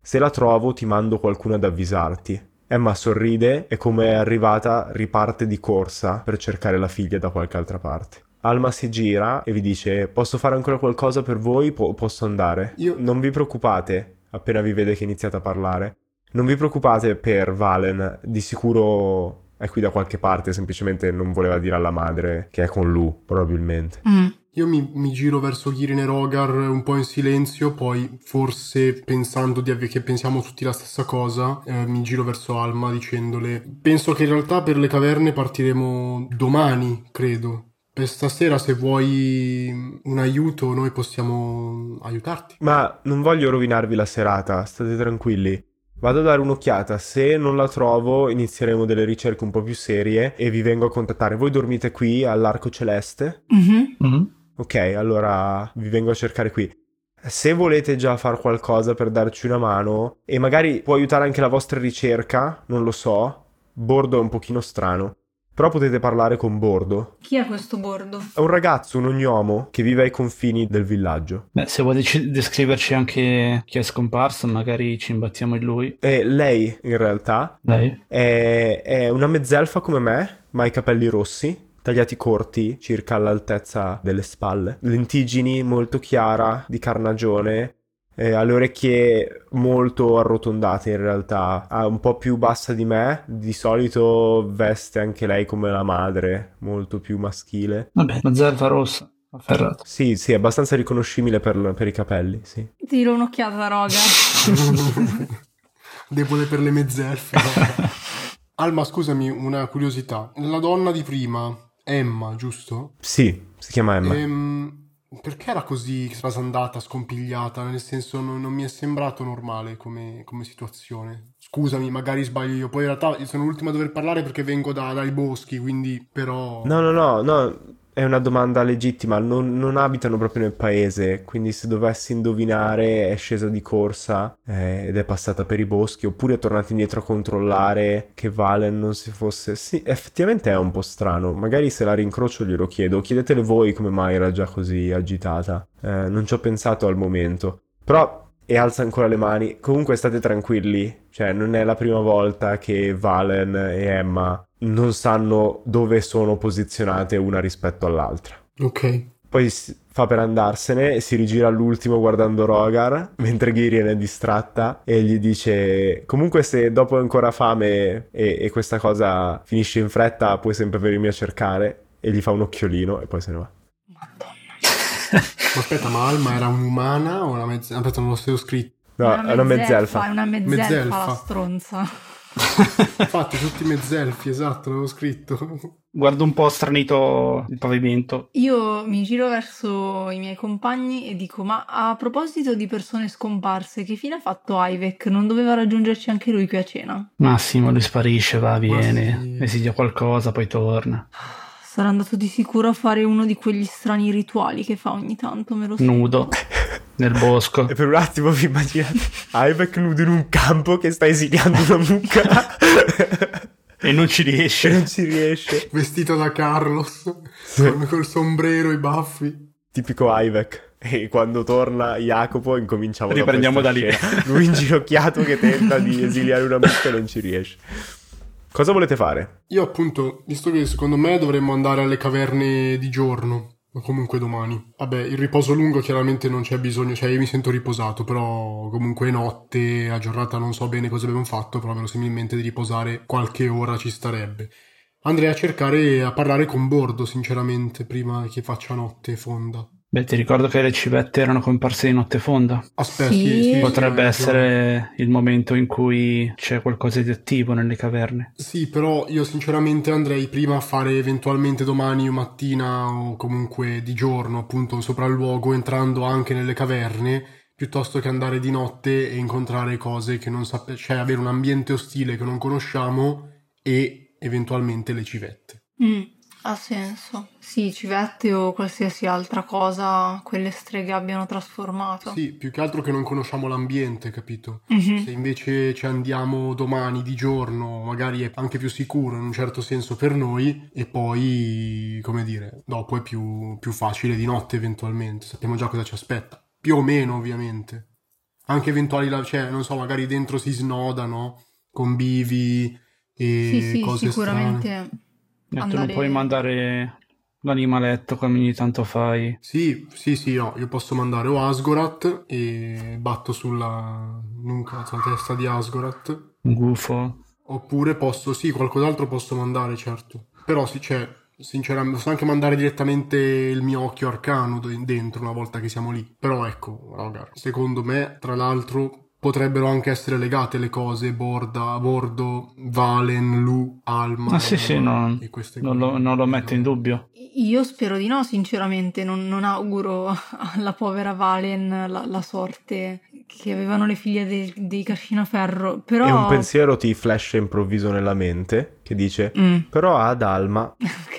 [SPEAKER 1] Se la trovo ti mando qualcuno ad avvisarti. Emma sorride e come è arrivata riparte di corsa per cercare la figlia da qualche altra parte. Alma si gira e vi dice: posso fare ancora qualcosa per voi? Po- posso andare?
[SPEAKER 2] Io...
[SPEAKER 1] Non vi preoccupate, appena vi vede che iniziate a parlare. Non vi preoccupate per Valen, di sicuro è qui da qualche parte, semplicemente non voleva dire alla madre che è con Lu, probabilmente.
[SPEAKER 3] Mm.
[SPEAKER 2] Io mi, mi giro verso Kirin e Rogar un po' in silenzio, poi forse pensando di ave- che pensiamo tutti la stessa cosa, eh, mi giro verso Alma dicendole: penso che in realtà per le caverne partiremo domani, credo. Per stasera, se vuoi un aiuto, noi possiamo aiutarti.
[SPEAKER 1] Ma non voglio rovinarvi la serata, state tranquilli. Vado a dare un'occhiata, se non la trovo inizieremo delle ricerche un po' più serie e vi vengo a contattare. Voi dormite qui all'Arco Celeste?
[SPEAKER 3] Mm-hmm.
[SPEAKER 4] Mm-hmm.
[SPEAKER 1] Ok, allora vi vengo a cercare qui. Se volete già fare qualcosa per darci una mano, e magari può aiutare anche la vostra ricerca, non lo so, Bordo è un pochino strano, però potete parlare con Bordo.
[SPEAKER 3] Chi è questo Bordo?
[SPEAKER 1] È un ragazzo, un ognomo, che vive ai confini del villaggio.
[SPEAKER 4] Beh, se vuoi dec- descriverci anche chi è scomparso, magari ci imbattiamo in lui.
[SPEAKER 1] E lei, in realtà,
[SPEAKER 4] Lei?
[SPEAKER 1] è, è una mezzelfa come me, ma ha i capelli rossi, tagliati corti, circa all'altezza delle spalle, lentiggini molto chiara, di carnagione, eh, ha le orecchie molto arrotondate in realtà, ha un po' più bassa di me, di solito veste anche lei come la madre, molto più maschile.
[SPEAKER 4] Vabbè, una zelva rossa, afferrata.
[SPEAKER 1] Sì, sì, è abbastanza riconoscibile per, per i capelli, sì.
[SPEAKER 3] Tiro un'occhiata, Rogar.
[SPEAKER 2] Debole per le mezzelfe. Alma, scusami, una curiosità. La donna di prima, Emma, giusto?
[SPEAKER 1] Sì, si chiama Emma.
[SPEAKER 2] Ehm, perché era così trasandata, scompigliata? Nel senso, non, non mi è sembrato normale come, come situazione. Scusami, magari sbaglio io. Poi in realtà io sono l'ultima a dover parlare perché vengo da- dai boschi, quindi però...
[SPEAKER 1] No, no, no, no, è una domanda legittima, non, non abitano proprio nel paese, quindi se dovessi indovinare è scesa di corsa eh, ed è passata per i boschi, oppure è tornata indietro a controllare che Valen non si fosse... Sì, effettivamente è un po' strano, magari se la rincrocio glielo chiedo, chiedetele voi come mai era già così agitata, eh, non ci ho pensato al momento, però... E alza ancora le mani. Comunque state tranquilli, cioè non è la prima volta che Valen e Emma non sanno dove sono posizionate una rispetto all'altra.
[SPEAKER 2] Ok.
[SPEAKER 1] Poi si fa per andarsene e si rigira all'ultimo guardando Rogar, mentre Girian è distratta e gli dice: comunque se dopo hai ancora fame e, e questa cosa finisce in fretta puoi sempre venirmi a cercare. E gli fa un occhiolino e poi se ne va.
[SPEAKER 2] Ma aspetta, ma Alma era un'umana o una mezzelfa? Aspetta, non lo so scritto.
[SPEAKER 1] No, è una mezzelfa.
[SPEAKER 3] È una mezzelfa,
[SPEAKER 2] Mezzelfa.
[SPEAKER 3] la stronza.
[SPEAKER 2] Infatti, tutti mezzelfi, esatto, l'avevo scritto.
[SPEAKER 4] Guardo un po' stranito il pavimento.
[SPEAKER 3] Io mi giro verso i miei compagni e dico: ma a proposito di persone scomparse, che fine ha fatto Ivek? Non doveva raggiungerci anche lui qui a cena?
[SPEAKER 4] Massimo, lui sparisce, va, viene,
[SPEAKER 2] sì.
[SPEAKER 4] esiglia qualcosa, poi torna.
[SPEAKER 3] Sarà andato di sicuro a fare uno di quegli strani rituali che fa ogni tanto, me lo so.
[SPEAKER 4] Nudo, nel bosco.
[SPEAKER 1] E per un attimo vi immaginate Ivek nudo in un campo che sta esiliando una mucca
[SPEAKER 4] E non ci
[SPEAKER 1] e
[SPEAKER 4] riesce.
[SPEAKER 1] non ci riesce.
[SPEAKER 2] Vestito da Carlos,
[SPEAKER 1] Sì.
[SPEAKER 2] con, col sombrero, i baffi.
[SPEAKER 1] Tipico Ivek. E quando torna Jacopo incominciamo
[SPEAKER 4] Riprendiamo
[SPEAKER 1] da
[SPEAKER 4] da lì.
[SPEAKER 1] questa scena. Lui inginocchiato che tenta di esiliare una mucca e non ci riesce. Cosa volete fare?
[SPEAKER 2] Io appunto, visto che secondo me dovremmo andare alle caverne di giorno, o comunque domani. Vabbè, il riposo lungo chiaramente non c'è bisogno, cioè io mi sento riposato, però comunque è notte, a giornata non so bene cosa abbiamo fatto, però verosimilmente di riposare qualche ora ci starebbe. Andrei a cercare, a parlare con Bordo, sinceramente, prima che faccia notte fonda.
[SPEAKER 4] Beh, ti ricordo che le civette erano comparse di notte fonda.
[SPEAKER 2] Aspetta,
[SPEAKER 3] Sì.
[SPEAKER 2] sì, sì,
[SPEAKER 4] Potrebbe
[SPEAKER 2] sì,
[SPEAKER 4] essere il momento in cui c'è qualcosa di attivo nelle caverne.
[SPEAKER 2] Sì, però io sinceramente andrei prima a fare eventualmente domani o mattina o comunque di giorno, appunto, un sopralluogo, entrando anche nelle caverne, piuttosto che andare di notte e incontrare cose che non sappiamo, cioè avere un ambiente ostile che non conosciamo e eventualmente le civette.
[SPEAKER 3] Mm, ha senso. Sì, civette o qualsiasi altra cosa quelle streghe abbiano trasformato.
[SPEAKER 2] Sì, più che altro che non conosciamo l'ambiente, capito?
[SPEAKER 3] Mhm.
[SPEAKER 2] Se invece ci andiamo domani di giorno, magari è anche più sicuro in un certo senso per noi e poi, come dire, dopo è più, più facile di notte eventualmente, sappiamo già cosa ci aspetta. Più o meno, ovviamente. Anche eventuali, la- cioè, non so, magari dentro si snodano con bivi e
[SPEAKER 3] Sì, sì,
[SPEAKER 2] cose strane.
[SPEAKER 3] sicuramente
[SPEAKER 4] E tu non
[SPEAKER 3] andare...
[SPEAKER 4] puoi mandare l'animaletto come ogni tanto fai.
[SPEAKER 2] Sì, sì, sì, no, io posso mandare o Asgorat e batto sulla nuca, sulla testa di Asgorat,
[SPEAKER 4] Un gufo.
[SPEAKER 2] oppure posso, sì, qualcos'altro posso mandare, certo. Però sì, cioè, sinceramente, posso anche mandare direttamente il mio occhio arcano do- dentro una volta che siamo lì. Però ecco, raga, secondo me, tra l'altro, potrebbero anche essere legate le cose, Borda, Bordo, Valen, Lu, Alma
[SPEAKER 4] Ah sì sì, no,
[SPEAKER 2] e queste
[SPEAKER 4] non
[SPEAKER 2] cose.
[SPEAKER 4] lo, non lo
[SPEAKER 2] E
[SPEAKER 4] metto in
[SPEAKER 2] allora-
[SPEAKER 4] dubbio.
[SPEAKER 3] Io spero di no, sinceramente, non, non auguro alla povera Valen la, la sorte che avevano le figlie dei, dei Cascinaferro, però...
[SPEAKER 1] E un pensiero ti flasha improvviso nella mente che dice:
[SPEAKER 3] Mm.
[SPEAKER 1] però ad Alma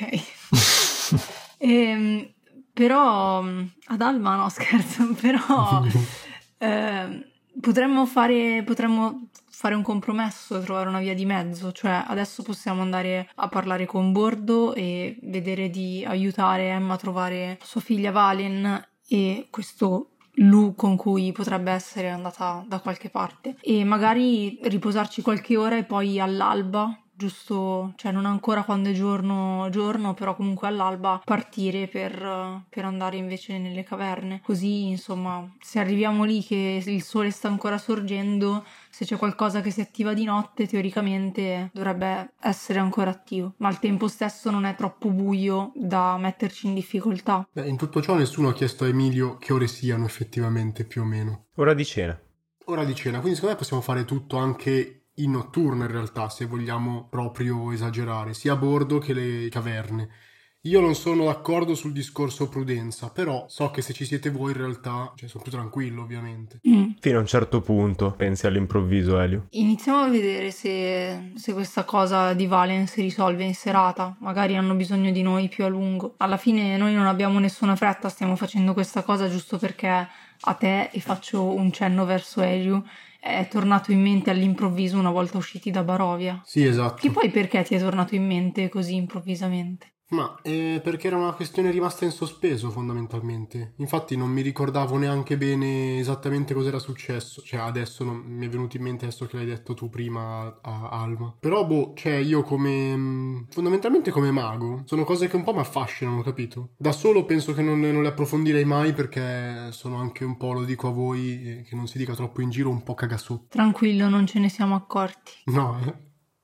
[SPEAKER 3] Ok. Ehm, però ad Alma no, scherzo, però ehm, potremmo fare, potremmo fare un compromesso, trovare una via di mezzo, cioè adesso possiamo andare a parlare con Bordo e vedere di aiutare Emma a trovare sua figlia Valen e questo Lu con cui potrebbe essere andata da qualche parte e magari riposarci qualche ora e poi all'alba, giusto, cioè non ancora quando è giorno, giorno, però comunque all'alba partire per, per andare invece nelle caverne. Così, insomma, se arriviamo lì che il sole sta ancora sorgendo, se c'è qualcosa che si attiva di notte, teoricamente dovrebbe essere ancora attivo, ma al tempo stesso non è troppo buio da metterci in difficoltà.
[SPEAKER 2] Beh, in tutto ciò nessuno ha chiesto a Emilio che ore siano effettivamente più o meno.
[SPEAKER 1] ora di cena.
[SPEAKER 2] Ora di cena, quindi secondo me possiamo fare tutto anche in notturna in realtà, se vogliamo proprio esagerare, sia a bordo che le caverne. Io non sono d'accordo sul discorso prudenza, però so che se ci siete voi in realtà, cioè sono più tranquillo ovviamente.
[SPEAKER 3] Mm.
[SPEAKER 1] Fino a un certo punto, pensi all'improvviso, Elio.
[SPEAKER 3] Iniziamo a vedere se, se questa cosa di Valen si risolve in serata. Magari hanno bisogno di noi più a lungo. Alla fine noi non abbiamo nessuna fretta, stiamo facendo questa cosa giusto perché a te, e faccio un cenno verso Elio, è tornato in mente all'improvviso una volta usciti da Barovia.
[SPEAKER 2] Sì, esatto.
[SPEAKER 3] Che poi perché ti è tornato in mente così improvvisamente?
[SPEAKER 2] Ma eh, perché era una questione rimasta in sospeso fondamentalmente. Infatti non mi ricordavo neanche bene esattamente cos'era successo. Cioè adesso non mi è venuto in mente adesso che l'hai detto tu prima a, a Alma. Però boh, cioè io come... mh, fondamentalmente come mago, sono cose che un po' mi affascinano, capito? Da solo penso che non, non le approfondirei mai perché sono anche un po', lo dico a voi, eh, che non si dica troppo in giro, un po' cagasotto.
[SPEAKER 3] Tranquillo, non ce ne siamo accorti.
[SPEAKER 2] No, eh.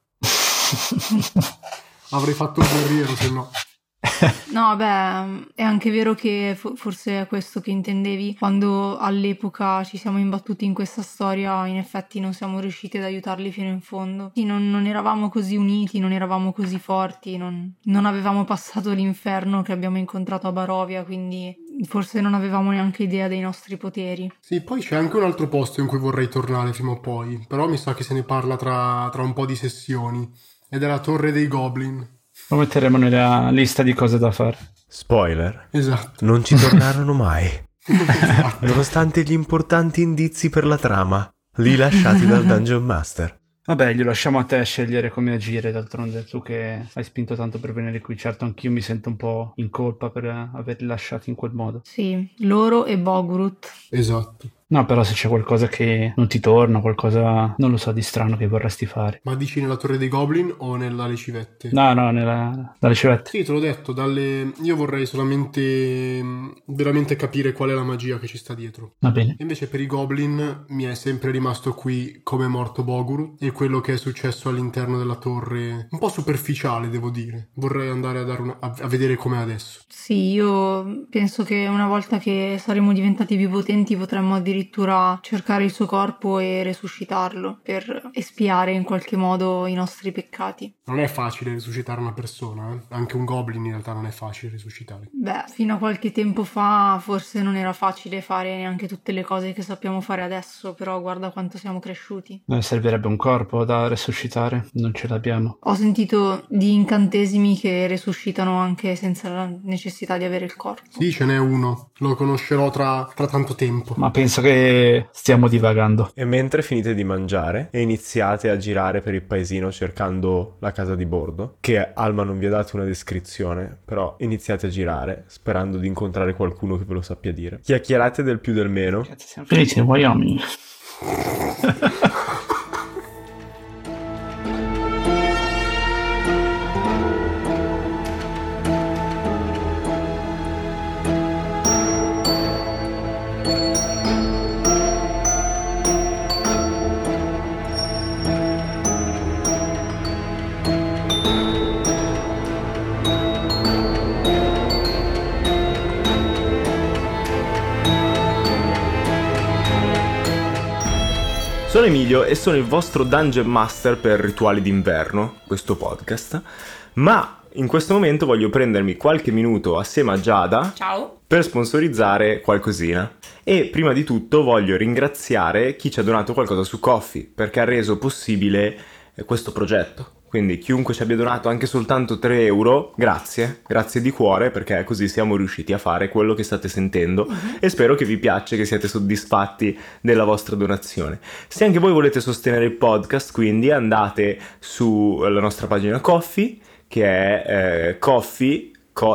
[SPEAKER 2] Avrei fatto il guerriero se no.
[SPEAKER 3] No, beh, è anche vero che fo- forse è questo che intendevi. Quando all'epoca ci siamo imbattuti in questa storia, in effetti non siamo riusciti ad aiutarli fino in fondo. Sì, non, non eravamo così uniti, non eravamo così forti, non, non avevamo passato l'inferno che abbiamo incontrato a Barovia, quindi forse non avevamo neanche idea dei nostri poteri.
[SPEAKER 2] Sì, poi c'è anche un altro posto in cui vorrei tornare prima o poi, però mi sa che se ne parla tra, tra un po' di sessioni, ed è la Torre dei Goblin.
[SPEAKER 4] Lo metteremo nella lista di cose da fare.
[SPEAKER 1] Spoiler.
[SPEAKER 2] Esatto.
[SPEAKER 1] Non ci tornarono mai. Nonostante gli importanti indizi per la trama, lì lasciati dal Dungeon Master.
[SPEAKER 4] Vabbè, glielo lasciamo a te scegliere come agire, d'altronde tu che hai spinto tanto per venire qui. Certo, anch'io mi sento un po' in colpa per averli lasciati in quel modo.
[SPEAKER 3] Sì, loro e Bogurut.
[SPEAKER 2] Esatto.
[SPEAKER 4] No, però se c'è qualcosa che non ti torna, qualcosa, non lo so, di strano che vorresti fare.
[SPEAKER 2] Ma dici nella Torre dei Goblin o nelle civette?
[SPEAKER 4] No, no, nella, dalle civette.
[SPEAKER 2] Sì, te l'ho detto, dalle... io vorrei solamente mh, veramente capire qual è la magia che ci sta dietro.
[SPEAKER 4] Va bene.
[SPEAKER 2] Invece per i Goblin mi è sempre rimasto qui come è morto Boguru e quello che è successo all'interno della torre, un po' superficiale devo dire. Vorrei andare a, dare una... a a vedere com'è adesso.
[SPEAKER 3] Sì, io penso che una volta che saremo diventati più potenti potremmo addirittura cercare il suo corpo e resuscitarlo per espiare in qualche modo i nostri peccati.
[SPEAKER 2] Non è facile risuscitare una persona, eh? Anche un goblin in realtà non è facile risuscitare.
[SPEAKER 3] Beh, fino a qualche tempo fa forse non era facile fare neanche tutte le cose che sappiamo fare adesso, però guarda quanto siamo cresciuti.
[SPEAKER 4] Eh, servirebbe un corpo da resuscitare, non ce l'abbiamo.
[SPEAKER 3] Ho sentito di incantesimi che resuscitano anche senza la necessità di avere il corpo.
[SPEAKER 2] Sì, ce n'è uno, lo conoscerò tra, tra tanto tempo.
[SPEAKER 4] Ma penso che stiamo divagando.
[SPEAKER 1] E mentre finite di mangiare e iniziate a girare per il paesino cercando la casa di Bordo, che Alma non vi ha dato una descrizione, però iniziate a girare sperando di incontrare qualcuno che ve lo sappia dire. Chiacchierate del più del meno.
[SPEAKER 4] Siamo finiti in Wyoming.
[SPEAKER 1] Sono Emilio e sono il vostro Dungeon Master per Rituali d'inverno, questo podcast, ma in questo momento voglio prendermi qualche minuto assieme a Giada
[SPEAKER 3] Ciao.
[SPEAKER 1] per sponsorizzare qualcosina. E prima di tutto voglio ringraziare chi ci ha donato qualcosa su Ko-fi, perché ha reso possibile questo progetto. Quindi chiunque ci abbia donato anche soltanto tre euro, grazie, grazie di cuore, perché così siamo riusciti a fare quello che state sentendo uh-huh. e spero che vi piaccia, che siate soddisfatti della vostra donazione. Se anche voi volete sostenere il podcast, quindi andate sulla nostra pagina Ko-fi, che è eh, Ko-fi,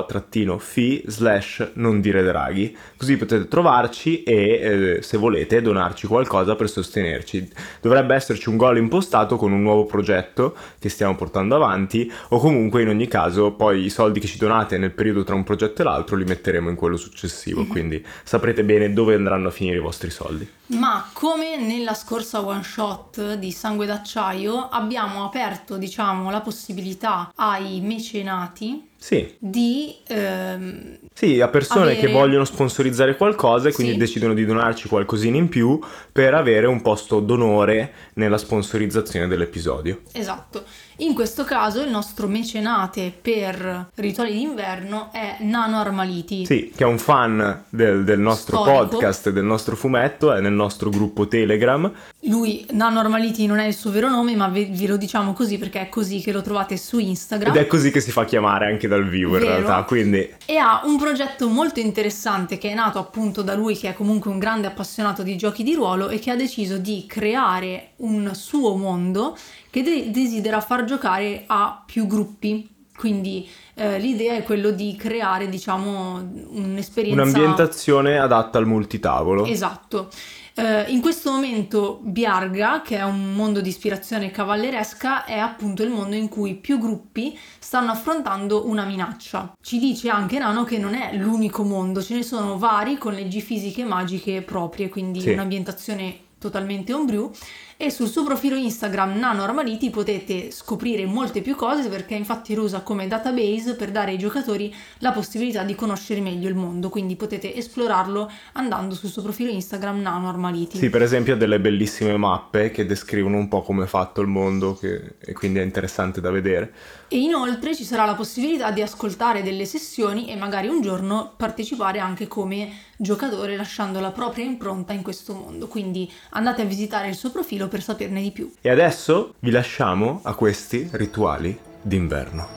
[SPEAKER 1] co-fi slash non dire draghi, così potete trovarci e eh, se volete donarci qualcosa per sostenerci. Dovrebbe esserci un goal impostato con un nuovo progetto che stiamo portando avanti, o comunque in ogni caso poi i soldi che ci donate nel periodo tra un progetto e l'altro li metteremo in quello successivo, mm-hmm. quindi saprete bene dove andranno a finire i vostri soldi.
[SPEAKER 3] Ma come nella scorsa one shot di Sangue d'Acciaio abbiamo aperto, diciamo, la possibilità ai mecenati
[SPEAKER 1] Sì.
[SPEAKER 3] di ehm,
[SPEAKER 1] sì, a persone
[SPEAKER 3] avere...
[SPEAKER 1] che vogliono sponsorizzare qualcosa e quindi
[SPEAKER 3] sì.
[SPEAKER 1] decidono di donarci qualcosina in più per avere un posto d'onore nella sponsorizzazione dell'episodio.
[SPEAKER 3] Esatto. In questo caso il nostro mecenate per Rituali d'inverno è Nano Armaliti.
[SPEAKER 1] Sì, che è un fan del, del nostro
[SPEAKER 3] Storico.
[SPEAKER 1] podcast e del nostro fumetto, è nel nostro gruppo Telegram.
[SPEAKER 3] Lui, Nano Armaliti, non è il suo vero nome, ma ve, ve lo diciamo così perché è così che lo trovate su Instagram.
[SPEAKER 1] Ed è così che si fa chiamare anche dal vivo in
[SPEAKER 3] Vero.
[SPEAKER 1] realtà, quindi...
[SPEAKER 3] E ha un progetto molto interessante che è nato appunto da lui, che è comunque un grande appassionato di giochi di ruolo e che ha deciso di creare un suo mondo che de- desidera far giocare a più gruppi. Quindi eh, l'idea è quello di creare, diciamo, un'esperienza...
[SPEAKER 1] un'ambientazione adatta al multitavolo.
[SPEAKER 3] Esatto. Uh, in questo momento Biarga, che è un mondo di ispirazione cavalleresca, è appunto il mondo in cui più gruppi stanno affrontando una minaccia. Ci dice anche Nano che non è l'unico mondo, ce ne sono vari con leggi fisiche e magiche proprie, quindi
[SPEAKER 1] sì.
[SPEAKER 3] un'ambientazione totalmente homebrew. E sul suo profilo Instagram Nano Armaliti potete scoprire molte più cose, perché infatti lo usa come database per dare ai giocatori la possibilità di conoscere meglio il mondo, quindi potete esplorarlo andando sul suo profilo Instagram Nano Armaliti.
[SPEAKER 1] Sì, per esempio ha delle bellissime mappe che descrivono un po' come è fatto il mondo, che... e quindi è interessante da vedere.
[SPEAKER 3] E inoltre ci sarà la possibilità di ascoltare delle sessioni e magari un giorno partecipare anche come giocatore, lasciando la propria impronta in questo mondo. Quindi andate a visitare il suo profilo per saperne di più.
[SPEAKER 1] E adesso vi lasciamo a questi rituali d'inverno.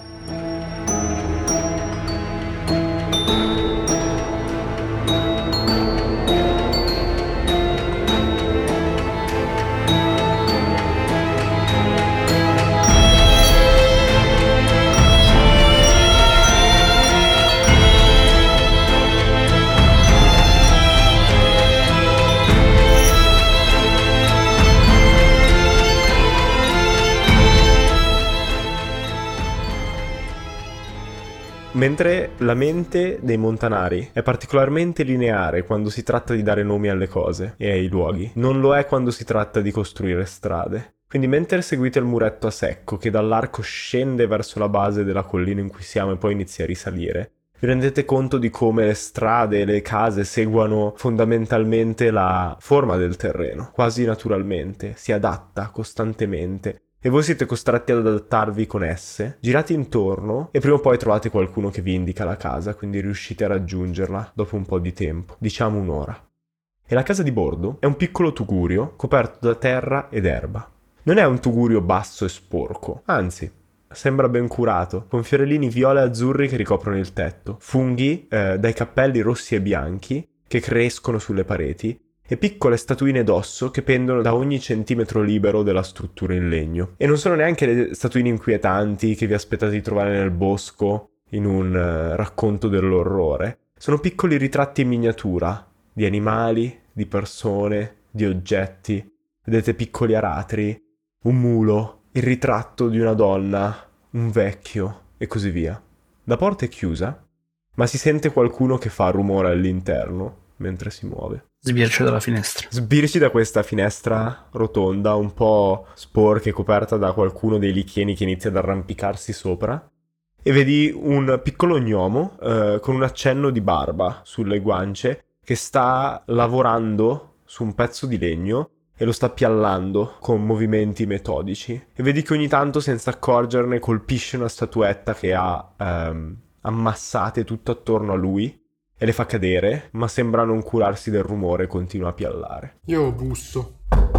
[SPEAKER 1] Mentre la mente dei montanari è particolarmente lineare quando si tratta di dare nomi alle cose e ai luoghi, non lo è quando si tratta di costruire strade. Quindi mentre seguite il muretto a secco che dall'arco scende verso la base della collina in cui siamo e poi inizia a risalire, vi rendete conto di come le strade e le case seguano fondamentalmente la forma del terreno, quasi naturalmente, si adatta costantemente. E voi siete costretti ad adattarvi con esse, girate intorno e prima o poi trovate qualcuno che vi indica la casa, quindi riuscite a raggiungerla dopo un po' di tempo, diciamo un'ora. E la casa di bordo è un piccolo tugurio coperto da terra ed erba. Non è un tugurio basso e sporco, anzi, sembra ben curato, con fiorellini viola e azzurri che ricoprono il tetto, funghi eh, dai cappelli rossi e bianchi che crescono sulle pareti, e piccole statuine d'osso che pendono da ogni centimetro libero della struttura in legno. E non sono neanche le statuine inquietanti che vi aspettate di trovare nel bosco in un uh, racconto dell'orrore. Sono piccoli ritratti in miniatura di animali, di persone, di oggetti. vedete piccoli aratri, un mulo, il ritratto di una donna, un vecchio e così via. La porta è chiusa, ma si sente qualcuno che fa rumore all'interno mentre si muove.
[SPEAKER 4] Sbircio dalla finestra.
[SPEAKER 1] Sbirci da questa finestra rotonda, un po' sporca e coperta da qualcuno dei licheni che inizia ad arrampicarsi sopra, e vedi un piccolo gnomo eh, con un accenno di barba sulle guance che sta lavorando su un pezzo di legno e lo sta piallando con movimenti metodici. E vedi che ogni tanto, senza accorgerne, colpisce una statuetta che ha ehm, ammassate tutto attorno a lui e le fa cadere, ma sembra non curarsi del rumore e continua a piallare.
[SPEAKER 2] Io busso.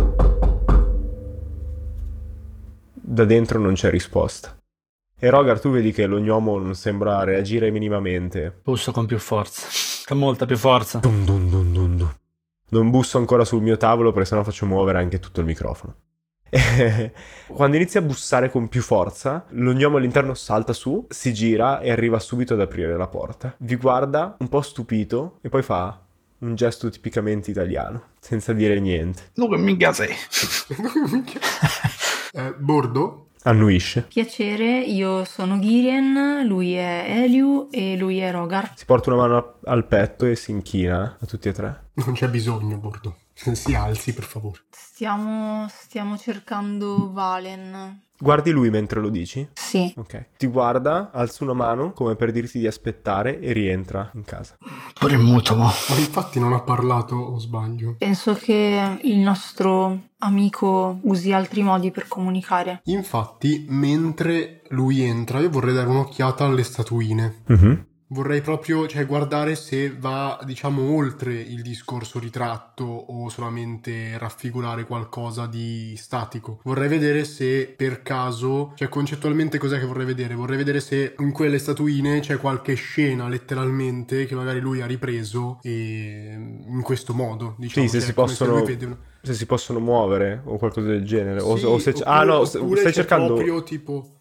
[SPEAKER 1] Da dentro non c'è risposta. E Rogar, tu vedi che lo gnomo non sembra reagire minimamente.
[SPEAKER 4] Busso con più forza. Con molta più forza.
[SPEAKER 1] Dun dun dun dun dun. Non busso ancora sul mio tavolo perché sennò faccio muovere anche tutto il microfono. Quando inizia a bussare con più forza, lo gnomo all'interno salta su, si gira e arriva subito ad aprire la porta. Vi guarda un po' stupito e poi fa un gesto tipicamente italiano, senza dire niente.
[SPEAKER 4] Dunque minchia sei.
[SPEAKER 2] eh, Bordo?
[SPEAKER 1] Annuisce.
[SPEAKER 3] Piacere, io sono Girien, lui è Eliu e lui è Rogar.
[SPEAKER 1] Si porta una mano al petto e si inchina a tutti e tre.
[SPEAKER 2] Non c'è bisogno, Bordo. Si alzi, per favore.
[SPEAKER 3] Stiamo, stiamo cercando Valen.
[SPEAKER 1] Guardi lui mentre lo dici?
[SPEAKER 3] Sì.
[SPEAKER 1] Ok. Ti guarda, alza una mano come per dirti di aspettare e rientra in casa.
[SPEAKER 4] Pure in muto, mo.
[SPEAKER 2] Ma infatti non ha parlato, o sbaglio?
[SPEAKER 3] Penso che il nostro amico usi altri modi per comunicare.
[SPEAKER 2] Infatti, mentre lui entra, io vorrei dare un'occhiata alle statuine.
[SPEAKER 1] Mm-hmm.
[SPEAKER 2] Vorrei proprio, cioè, guardare se va, diciamo, oltre il discorso ritratto o solamente raffigurare qualcosa di statico. Vorrei vedere se per caso, cioè concettualmente cos'è che vorrei vedere? Vorrei vedere se in quelle statuine c'è qualche scena letteralmente che magari lui ha ripreso e in questo modo, diciamo.
[SPEAKER 1] Sì, se
[SPEAKER 2] cioè,
[SPEAKER 1] si
[SPEAKER 2] come se
[SPEAKER 1] possono
[SPEAKER 2] lui vede una-
[SPEAKER 1] se si possono muovere o qualcosa del genere. O,
[SPEAKER 2] Sì,
[SPEAKER 1] o se
[SPEAKER 2] oppure-
[SPEAKER 1] ah no,
[SPEAKER 2] oppure
[SPEAKER 1] stai
[SPEAKER 2] c'è
[SPEAKER 1] cercando
[SPEAKER 2] proprio tipo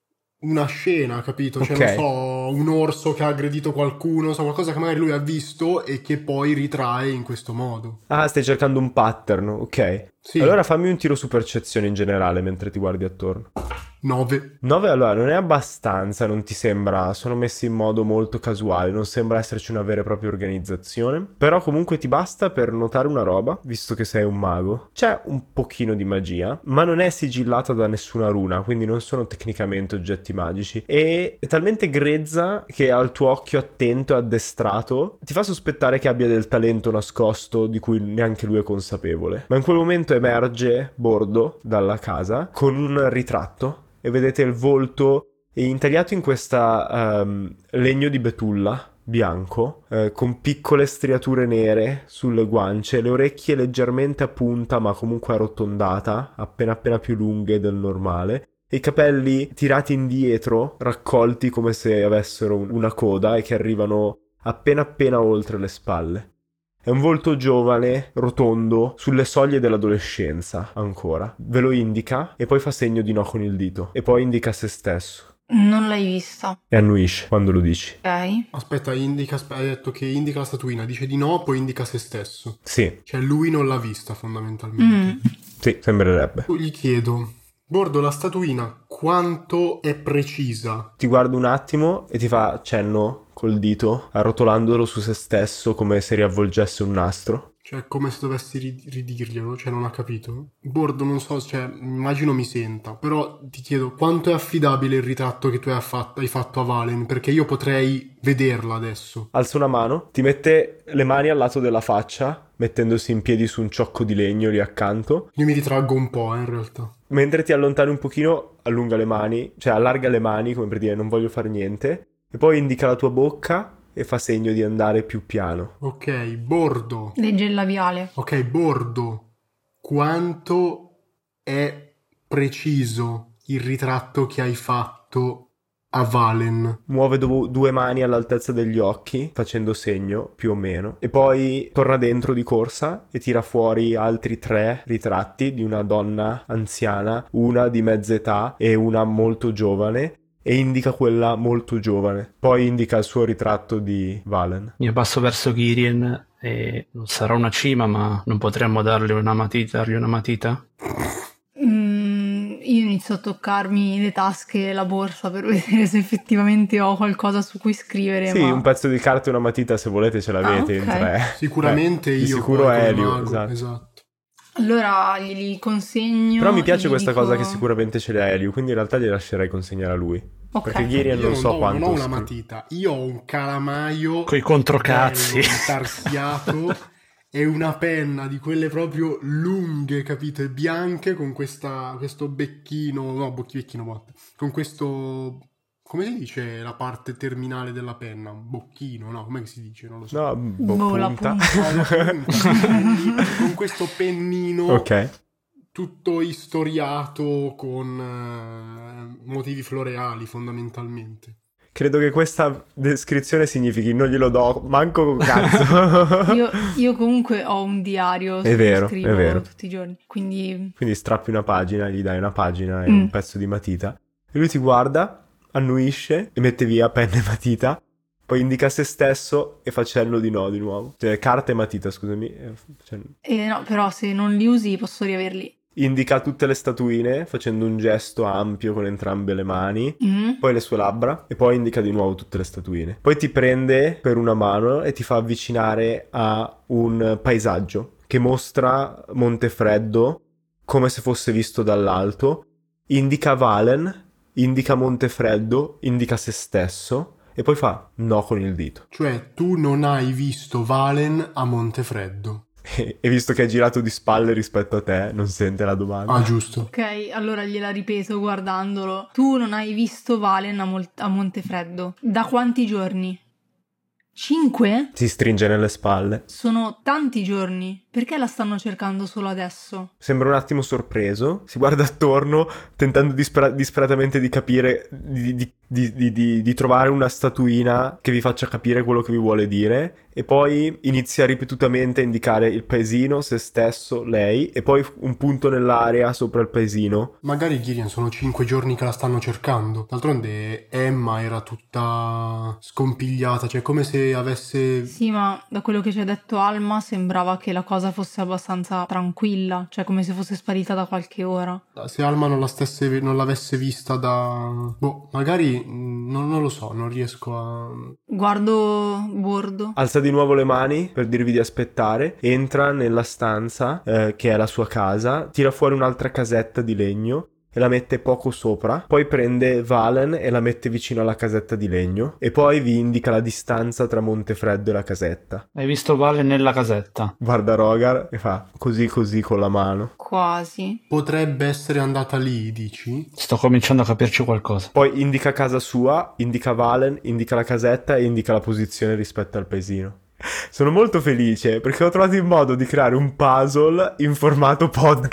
[SPEAKER 2] una scena, capito? Cioè,
[SPEAKER 1] Ok.
[SPEAKER 2] non so, un orso che ha aggredito qualcuno, non so, qualcosa che magari lui ha visto e che poi ritrae in questo modo.
[SPEAKER 1] Ah, stai cercando un pattern, ok.
[SPEAKER 2] Sì.
[SPEAKER 1] Allora fammi un tiro su percezione in generale mentre ti guardi attorno.
[SPEAKER 2] nove.
[SPEAKER 1] nove allora non è abbastanza, non ti sembra, sono messi in modo molto casuale, non sembra esserci una vera e propria organizzazione, però comunque ti basta per notare una roba, visto che sei un mago. C'è un pochino di magia, ma non è sigillata da nessuna runa, quindi non sono tecnicamente oggetti magici, e è talmente grezza che al tuo occhio attento e addestrato ti fa sospettare che abbia del talento nascosto di cui neanche lui è consapevole. Ma in quel momento emerge Bordo dalla casa con un ritratto e vedete il volto intagliato in questa um, legno di betulla bianco eh, con piccole striature nere sulle guance, le orecchie leggermente a punta ma comunque arrotondata, appena appena più lunghe del normale, e i capelli tirati indietro, raccolti come se avessero un- una coda e che arrivano appena appena oltre le spalle. È un volto giovane, rotondo, sulle soglie dell'adolescenza ancora. Ve lo indica e poi fa segno di no con il dito. E poi indica se stesso.
[SPEAKER 3] Non l'hai vista,
[SPEAKER 1] E annuisce quando lo dici.
[SPEAKER 3] ok?
[SPEAKER 2] Aspetta, indica, aspe- hai detto che indica la statuina, dice di no, poi indica se stesso.
[SPEAKER 1] Sì,
[SPEAKER 2] Cioè lui non l'ha vista fondamentalmente.
[SPEAKER 3] Mm.
[SPEAKER 1] sì, sembrerebbe.
[SPEAKER 2] Gli chiedo, Bordo, la statuina quanto è precisa?
[SPEAKER 1] Ti guarda un attimo e ti fa cenno col dito, arrotolandolo su se stesso come se riavvolgesse un nastro.
[SPEAKER 2] Cioè, come se dovessi ri- ridirglielo, cioè non ha capito. Bordo, non so, cioè, immagino mi senta, però ti chiedo quanto è affidabile il ritratto che tu hai fatto, hai fatto a Valen, perché io potrei vederla adesso.
[SPEAKER 1] Alza una mano, ti mette le mani al lato della faccia, mettendosi in piedi su un ciocco di legno lì accanto.
[SPEAKER 2] Io mi ritraggo un po', eh, in realtà.
[SPEAKER 1] Mentre ti allontani un pochino, allunga le mani, cioè allarga le mani come per dire non voglio fare niente, e poi indica la tua bocca e fa segno di andare più piano.
[SPEAKER 2] Ok, Bordo.
[SPEAKER 3] Legge il labiale.
[SPEAKER 2] Ok, Bordo. Quanto è preciso il ritratto che hai fatto a Valen?
[SPEAKER 1] Muove do- due mani all'altezza degli occhi, facendo segno, più o meno, e poi torna dentro di corsa e tira fuori altri tre ritratti di una donna anziana, una di mezza età e una molto giovane, e indica quella molto giovane. Poi indica il suo ritratto di Valen.
[SPEAKER 4] Mi abbasso verso Girien e non sarà una cima, ma non potremmo dargli una matita, dargli una matita?
[SPEAKER 3] Mm, io inizio a toccarmi le tasche e la borsa per vedere se effettivamente ho qualcosa su cui scrivere.
[SPEAKER 1] Sì,
[SPEAKER 3] ma...
[SPEAKER 1] un pezzo di carta e una matita se volete ce l'avete
[SPEAKER 3] Ah, ok.
[SPEAKER 1] in tre.
[SPEAKER 2] Sicuramente
[SPEAKER 1] Beh, di
[SPEAKER 2] io
[SPEAKER 1] sicuro
[SPEAKER 2] poi come
[SPEAKER 1] Elio,
[SPEAKER 2] mago,
[SPEAKER 1] esatto.
[SPEAKER 2] esatto.
[SPEAKER 3] Allora glieli consegno.
[SPEAKER 1] Però mi
[SPEAKER 3] e
[SPEAKER 1] piace
[SPEAKER 3] gli
[SPEAKER 1] questa
[SPEAKER 3] dico-
[SPEAKER 1] cosa che sicuramente ce l'ha Elio, quindi in realtà gli lascerei consegnare a lui.
[SPEAKER 3] Ok.
[SPEAKER 1] Perché Girian
[SPEAKER 2] Io
[SPEAKER 1] non
[SPEAKER 2] non,
[SPEAKER 1] so
[SPEAKER 2] ho,
[SPEAKER 1] quanto
[SPEAKER 2] non ho una
[SPEAKER 1] scri-
[SPEAKER 2] matita, io ho un calamaio
[SPEAKER 4] Coi controcazzi.
[SPEAKER 2] bello, intarsiato e una penna di quelle proprio lunghe, capite, bianche con questa, questo becchino, no, bocchi becchino, botte, con questo, come si dice la parte terminale della penna? Bocchino, no, come si dice? Non lo so.
[SPEAKER 1] No, boh,
[SPEAKER 3] Boh, la
[SPEAKER 1] punta.
[SPEAKER 3] punta.
[SPEAKER 2] No, la punta, quindi con questo pennino
[SPEAKER 1] Ok.
[SPEAKER 2] tutto istoriato con eh, motivi floreali fondamentalmente.
[SPEAKER 1] Credo che questa descrizione significhi non glielo do manco con cazzo.
[SPEAKER 3] Io, io comunque ho un diario su
[SPEAKER 1] È
[SPEAKER 3] cui
[SPEAKER 1] vero,
[SPEAKER 3] scrivo
[SPEAKER 1] è vero.
[SPEAKER 3] tutti i giorni, quindi
[SPEAKER 1] Quindi strappi una pagina, gli dai una pagina e
[SPEAKER 3] Mm.
[SPEAKER 1] un pezzo di matita. E lui ti guarda, annuisce e mette via penna e matita. Poi indica se stesso e fa cenno di no di nuovo. Cioè, carta e matita, scusami. e cenno.
[SPEAKER 3] eh, no, però se non li usi posso riaverli.
[SPEAKER 1] Indica tutte le statuine facendo un gesto ampio con entrambe le mani.
[SPEAKER 3] Mm.
[SPEAKER 1] Poi le sue labbra e poi indica di nuovo tutte le statuine. Poi ti prende per una mano e ti fa avvicinare a un paesaggio che mostra Montefreddo come se fosse visto dall'alto. Indica Valen, indica Montefreddo, indica se stesso e poi fa no con il dito.
[SPEAKER 2] Cioè, tu non hai visto Valen a Montefreddo.
[SPEAKER 1] E visto che è girato di spalle rispetto a te, non sente la domanda.
[SPEAKER 2] Ah, giusto.
[SPEAKER 3] Ok, allora gliela ripeto guardandolo. Tu non hai visto Valen a, Mol- a Montefreddo. Da quanti giorni? Cinque?
[SPEAKER 1] Si stringe nelle spalle.
[SPEAKER 3] Sono tanti giorni. Perché la stanno cercando solo adesso?
[SPEAKER 1] Sembra un attimo sorpreso, si guarda attorno tentando dispera- disperatamente di capire, di, di- di- di- di- di trovare una statuina che vi faccia capire quello che vi vuole dire e poi inizia ripetutamente a indicare il paesino, se stesso, lei e poi un punto nell'area sopra il paesino.
[SPEAKER 2] Magari Gillian sono cinque giorni che la stanno cercando. D'altronde Emma era tutta scompigliata, cioè come se avesse...
[SPEAKER 3] Sì, ma da quello che ci ha detto Alma sembrava che la cosa fosse abbastanza tranquilla, cioè come se fosse sparita da qualche ora.
[SPEAKER 2] Se Alma non la stesse, non l'avesse vista da... Boh, magari mh, non, non lo so, non riesco a...
[SPEAKER 3] Guardo Bordo.
[SPEAKER 1] Alza di nuovo le mani per dirvi di aspettare, entra nella stanza eh, che è la sua casa, tira fuori un'altra casetta di legno e la mette poco sopra, poi prende Valen e la mette vicino alla casetta di legno e poi vi indica la distanza tra Montefreddo e la casetta.
[SPEAKER 4] Hai visto Vale nella casetta?
[SPEAKER 1] Guarda Rogar e fa così così con la mano.
[SPEAKER 3] Quasi.
[SPEAKER 2] Potrebbe essere andata lì, dici?
[SPEAKER 4] Sto cominciando a capirci qualcosa.
[SPEAKER 1] Poi indica casa sua, indica Valen, indica la casetta e indica la posizione rispetto al paesino. Sono molto felice perché ho trovato il modo di creare un puzzle in formato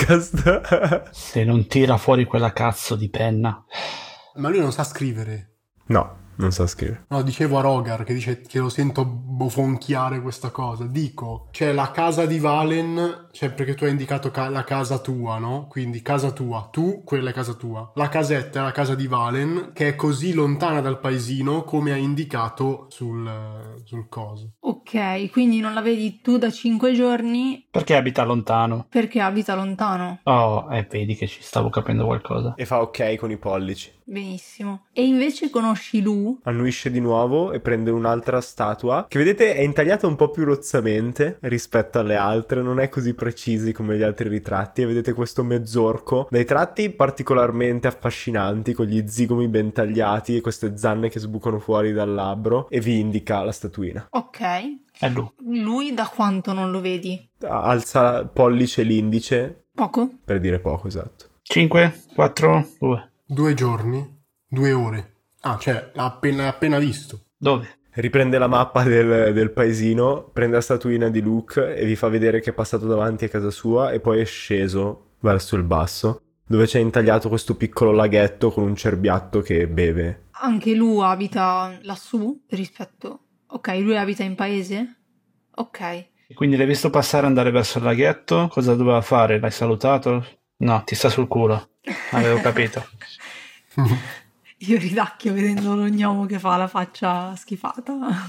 [SPEAKER 1] podcast.
[SPEAKER 4] Se non tira fuori quella cazzo di penna.
[SPEAKER 2] Ma lui non sa scrivere.
[SPEAKER 1] No, non sa scrivere.
[SPEAKER 2] No, dicevo a Rogar che dice che lo sento bofonchiare questa cosa. Dico, c'è la casa di Valen, cioè perché tu hai indicato ca- la casa tua, no? Quindi casa tua, tu, quella è casa tua. La casetta è la casa di Valen, che è così lontana dal paesino come hai indicato sul, sul coso.
[SPEAKER 3] Ok, quindi non la vedi tu da cinque giorni
[SPEAKER 4] Perché abita lontano?
[SPEAKER 3] perché abita lontano.
[SPEAKER 4] Oh, eh, vedi che ci stavo capendo qualcosa.
[SPEAKER 1] E fa ok con i pollici.
[SPEAKER 3] Benissimo. E invece conosci Lu?
[SPEAKER 1] Annuisce di nuovo e prende un'altra statua che vedete è intagliata un po' più rozzamente rispetto alle altre, non è così precisi come gli altri ritratti e vedete questo mezzorco dai tratti particolarmente affascinanti con gli zigomi ben tagliati e queste zanne che sbucano fuori dal labbro e vi indica la statuina.
[SPEAKER 3] Ok.
[SPEAKER 4] È lui.
[SPEAKER 3] Lui da quanto non lo vedi?
[SPEAKER 1] Alza pollice e l'indice
[SPEAKER 3] Poco?
[SPEAKER 1] per dire poco, esatto.
[SPEAKER 4] cinque, quattro, due.
[SPEAKER 2] Due giorni, due ore. Ah, cioè, l'ha appena, appena visto.
[SPEAKER 4] Dove?
[SPEAKER 1] Riprende la mappa del, del paesino, prende la statuina di Luke e vi fa vedere che è passato davanti a casa sua e poi è sceso verso il basso, dove c'è intagliato questo piccolo laghetto con un cerbiatto che beve.
[SPEAKER 3] Anche lui abita lassù rispetto... Ok, lui abita in paese? Ok.
[SPEAKER 4] E quindi l'hai visto passare e andare verso il laghetto? Cosa doveva fare? L'hai salutato? No, ti sta sul culo. Avevo capito.
[SPEAKER 3] Io ridacchio vedendo lo gnomo che fa la faccia schifata.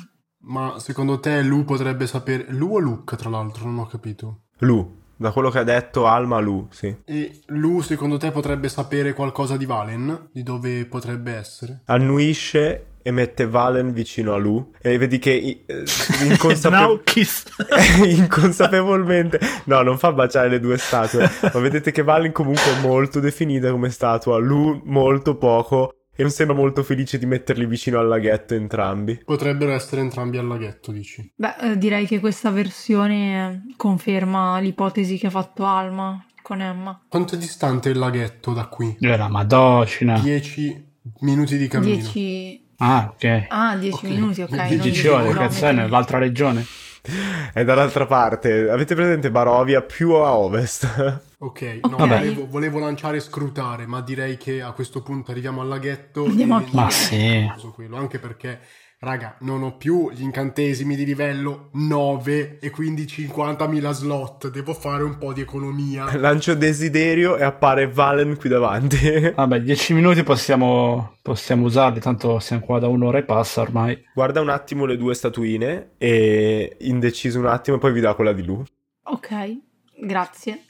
[SPEAKER 2] Ma secondo te Lu potrebbe sapere... Lu o Luke, tra l'altro, non ho capito.
[SPEAKER 1] Lu, da quello che ha detto Alma, Lu, sì.
[SPEAKER 2] E Lu, secondo te, potrebbe sapere qualcosa di Valen? Di dove potrebbe essere?
[SPEAKER 1] Annuisce e mette Valen vicino a Lu e vedi che eh, inconsape-
[SPEAKER 4] Now kiss.
[SPEAKER 1] inconsapevolmente no, non fa baciare le due statue, ma vedete che Valen comunque è molto definita come statua, Lu molto poco, e non sembra molto felice di metterli vicino al laghetto entrambi.
[SPEAKER 2] Potrebbero essere entrambi al laghetto, dici?
[SPEAKER 3] Beh, eh, direi che questa versione conferma l'ipotesi che ha fatto Alma con Emma.
[SPEAKER 2] Quanto è distante il laghetto da qui?
[SPEAKER 4] Era madocina.
[SPEAKER 2] Dieci minuti di cammino.
[SPEAKER 3] dieci...
[SPEAKER 4] Ah, ok.
[SPEAKER 3] Ah, dieci
[SPEAKER 2] Ok.
[SPEAKER 3] minuti, ok. non
[SPEAKER 2] Dieci
[SPEAKER 4] dieci
[SPEAKER 3] dieci
[SPEAKER 4] ore,
[SPEAKER 3] chilometri.
[SPEAKER 4] cazzo è, nell'altra regione.
[SPEAKER 1] È dall'altra parte, avete presente Barovia più a ovest?
[SPEAKER 2] Ok,
[SPEAKER 3] Ok.
[SPEAKER 2] no,
[SPEAKER 3] Vabbè.
[SPEAKER 2] volevo, volevo lanciare scrutare, ma direi che a questo punto arriviamo al laghetto.
[SPEAKER 3] Andiamo
[SPEAKER 2] e-
[SPEAKER 3] a
[SPEAKER 4] Ma sì.
[SPEAKER 2] uso quello, anche perché, raga, non ho più gli incantesimi di livello nove e quindi cinquantamila slot, devo fare un po' di economia.
[SPEAKER 1] Lancio desiderio e appare Valen qui davanti.
[SPEAKER 4] Vabbè, dieci minuti possiamo, possiamo usarli, tanto siamo qua da un'ora e passa ormai.
[SPEAKER 1] Guarda un attimo le due statuine e indeciso un attimo e poi vi dà quella di Lu.
[SPEAKER 3] Ok, grazie.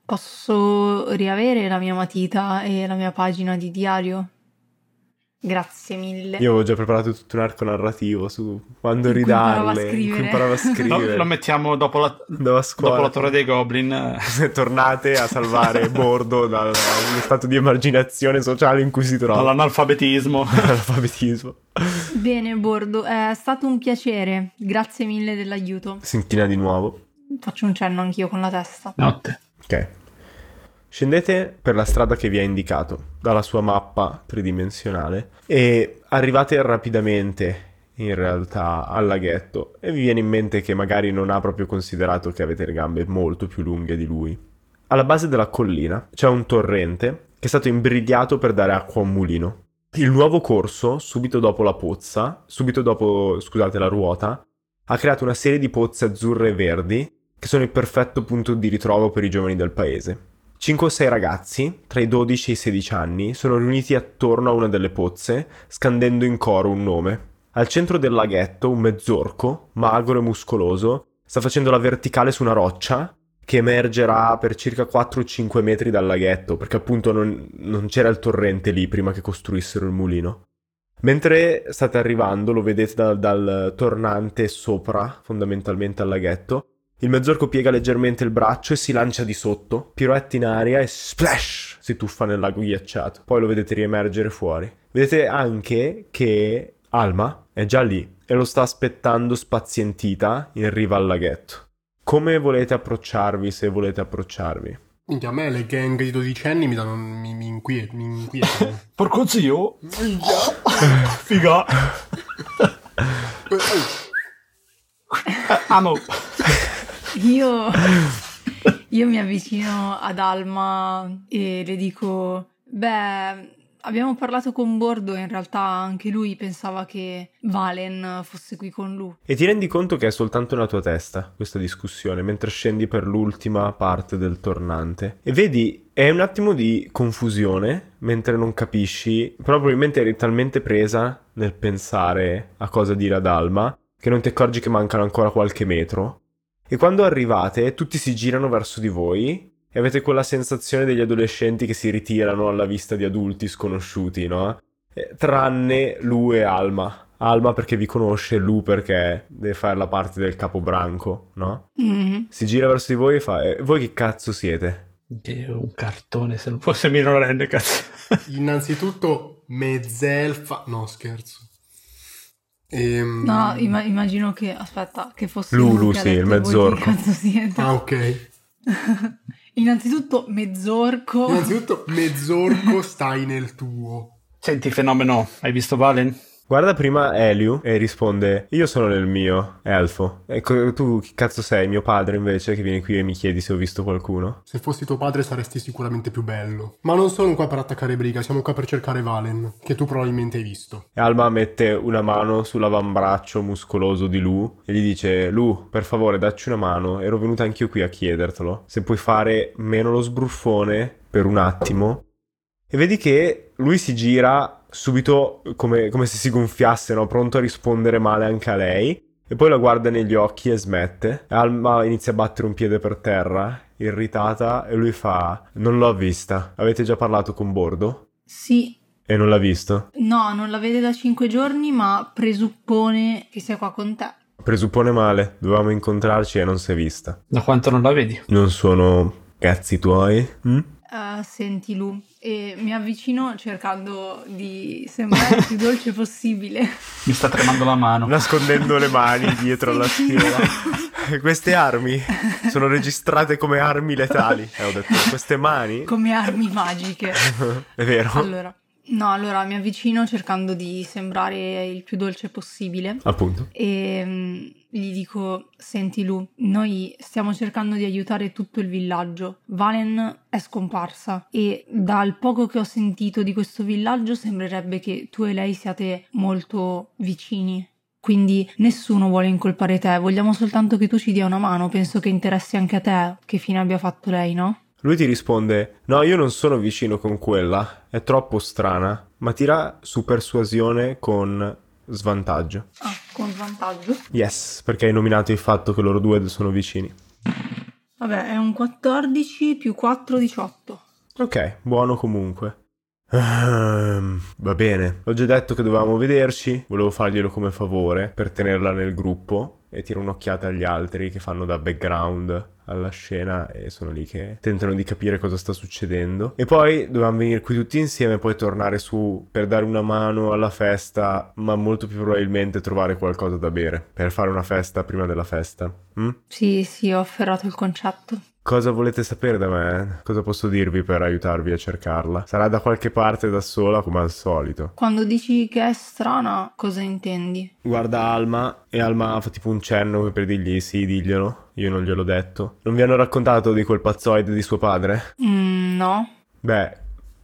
[SPEAKER 3] Posso riavere la mia matita e la mia pagina di diario? Grazie mille.
[SPEAKER 1] Io avevo già preparato tutto un arco narrativo su quando
[SPEAKER 3] In cui imparavo a
[SPEAKER 1] ridarle, in cui
[SPEAKER 3] scrivere.
[SPEAKER 1] imparava a
[SPEAKER 4] No,
[SPEAKER 1] scrivere.
[SPEAKER 4] lo mettiamo dopo la,
[SPEAKER 1] Andavo a scuola.
[SPEAKER 4] dopo la Torre dei Goblin.
[SPEAKER 1] Tornate a salvare Bordo dallo stato di emarginazione sociale in cui si trova.
[SPEAKER 4] Dall'analfabetismo.
[SPEAKER 1] Dall'alfabetismo.
[SPEAKER 3] Bene, Bordo, è stato un piacere. Grazie mille dell'aiuto.
[SPEAKER 1] Si inchina di nuovo.
[SPEAKER 3] Faccio un cenno anch'io con la testa.
[SPEAKER 4] Notte.
[SPEAKER 1] Ok. Scendete per la strada che vi ha indicato dalla sua mappa tridimensionale e arrivate rapidamente in realtà al laghetto e vi viene in mente che magari non ha proprio considerato che avete le gambe molto più lunghe di lui. Alla base della collina c'è un torrente che è stato imbrigliato per dare acqua a un mulino. Il nuovo corso, subito dopo la pozza, subito dopo, scusate, la ruota, ha creato una serie di pozze azzurre e verdi che sono il perfetto punto di ritrovo per i giovani del paese. Cinque o sei ragazzi, tra i dodici e i sedici anni, sono riuniti attorno a una delle pozze, scandendo in coro un nome. Al centro del laghetto un mezzorco, magro e muscoloso, sta facendo la verticale su una roccia che emergerà per circa quattro o cinque metri dal laghetto, perché appunto non, non c'era il torrente lì prima che costruissero il mulino. Mentre state arrivando, lo vedete dal, dal tornante sopra, fondamentalmente al laghetto, il mezzorco piega leggermente il braccio e si lancia di sotto, piroetta in aria e splash si tuffa nel lago ghiacciato. Poi lo vedete riemergere fuori. Vedete anche che Alma è già lì e lo sta aspettando spazientita in riva al laghetto. Come volete approcciarvi, se volete approcciarvi?
[SPEAKER 2] Minchia, a me le gang di dodicenni mi danno... mi, mi inquiet- mi inquietano.
[SPEAKER 4] Porco zio. Figa. Amo.
[SPEAKER 3] Io, io mi avvicino ad Alma e le dico, beh, abbiamo parlato con Bordo e in realtà anche lui pensava che Valen fosse qui con lui.
[SPEAKER 1] E ti rendi conto che è soltanto nella tua testa questa discussione, mentre scendi per l'ultima parte del tornante. E vedi, è un attimo di confusione, mentre non capisci, però probabilmente eri talmente presa nel pensare a cosa dire ad Alma, che non ti accorgi che mancano ancora qualche metro. E quando arrivate, tutti si girano verso di voi e avete quella sensazione degli adolescenti che si ritirano alla vista di adulti sconosciuti, no? Eh, tranne Lu e Alma. Alma perché vi conosce, Lu perché deve fare la parte del capobranco, no?
[SPEAKER 3] Mm-hmm.
[SPEAKER 1] Si gira verso di voi e fa, eh, voi che cazzo siete?
[SPEAKER 4] Dio, un cartone, se non fosse minorenne, cazzo.
[SPEAKER 2] Innanzitutto, mezzelfa... No, scherzo. Ehm...
[SPEAKER 3] No, imma- immagino che, aspetta, che fosse
[SPEAKER 1] Lu,
[SPEAKER 3] lui
[SPEAKER 1] Lu,
[SPEAKER 3] che ha
[SPEAKER 1] sì, il
[SPEAKER 3] detto voi
[SPEAKER 1] mezzorco.
[SPEAKER 3] che cazzo siete.
[SPEAKER 2] Ah, ok.
[SPEAKER 3] Innanzitutto mezzorco.
[SPEAKER 2] Innanzitutto, mezzorco stai nel tuo.
[SPEAKER 4] Senti, fenomeno, hai visto Valen?
[SPEAKER 1] Guarda prima Eliu e risponde, io sono nel mio elfo. Ecco, tu chi cazzo sei? Mio padre invece che vieni qui e mi chiedi se ho visto qualcuno?
[SPEAKER 2] Se fossi tuo padre saresti sicuramente più bello. Ma non sono qua per attaccare briga, siamo qua per cercare Valen, che tu probabilmente hai visto.
[SPEAKER 1] E Alma mette una mano sull'avambraccio muscoloso di Lu e gli dice, Lu, per favore dacci una mano, ero venuta anch'io qui a chiedertelo. Se puoi fare meno lo sbruffone per un attimo. E vedi che lui si gira subito come, come se si gonfiasse, no? Pronto a rispondere male anche a lei. E poi la guarda negli occhi e smette. Alma inizia a battere un piede per terra, irritata, e lui fa: non l'ho vista. Avete già parlato con Bordo?
[SPEAKER 3] Sì.
[SPEAKER 1] E non l'ha visto?
[SPEAKER 3] No, non la vede da cinque giorni, ma presuppone che sia qua con te.
[SPEAKER 1] Presuppone male. Dovevamo incontrarci e non si è vista.
[SPEAKER 4] Da quanto non la vedi?
[SPEAKER 1] Non sono cazzi tuoi? Hm?
[SPEAKER 3] Uh, senti Lu, e mi avvicino cercando di sembrare il più dolce possibile.
[SPEAKER 4] Mi sta tremando la mano.
[SPEAKER 1] Nascondendo le mani dietro alla schiena. Queste armi sono registrate come armi letali. Eh, ho detto, queste mani...
[SPEAKER 3] Come armi magiche.
[SPEAKER 1] È vero?
[SPEAKER 3] Allora, no, allora mi avvicino cercando di sembrare il più dolce possibile.
[SPEAKER 1] Appunto.
[SPEAKER 3] E um, gli dico: senti Lu, noi stiamo cercando di aiutare tutto il villaggio. Valen è scomparsa e dal poco che ho sentito di questo villaggio sembrerebbe che tu e lei siate molto vicini. Quindi nessuno vuole incolpare te, vogliamo soltanto che tu ci dia una mano. Penso che interessi anche a te che fine abbia fatto lei, no?
[SPEAKER 1] Lui ti risponde: no, io non sono vicino con quella, è troppo strana, ma tira su persuasione con svantaggio.
[SPEAKER 3] Ah, con svantaggio?
[SPEAKER 1] Yes, perché hai nominato il fatto che loro due sono vicini.
[SPEAKER 3] Vabbè, è un quattordici più quattro, diciotto.
[SPEAKER 1] Ok, buono comunque. Um, va bene, ho già detto che dovevamo vederci, volevo farglielo come favore per tenerla nel gruppo, e tiro un'occhiata agli altri che fanno da background alla scena e sono lì che tentano di capire cosa sta succedendo. E poi dovevamo venire qui tutti insieme e poi tornare su per dare una mano alla festa, ma molto più probabilmente trovare qualcosa da bere per fare una festa prima della festa. Mm?
[SPEAKER 3] Sì, sì, ho afferrato il concetto.
[SPEAKER 1] Cosa volete sapere da me? Cosa posso dirvi per aiutarvi a cercarla? Sarà da qualche parte da sola come al solito.
[SPEAKER 3] Quando dici che è strana, cosa intendi?
[SPEAKER 1] Guarda Alma, e Alma fa tipo un cenno per dirgli sì, diglielo. Io non gliel'ho detto. Non vi hanno raccontato di quel pazzoide di suo padre?
[SPEAKER 3] Mm, no.
[SPEAKER 1] Beh,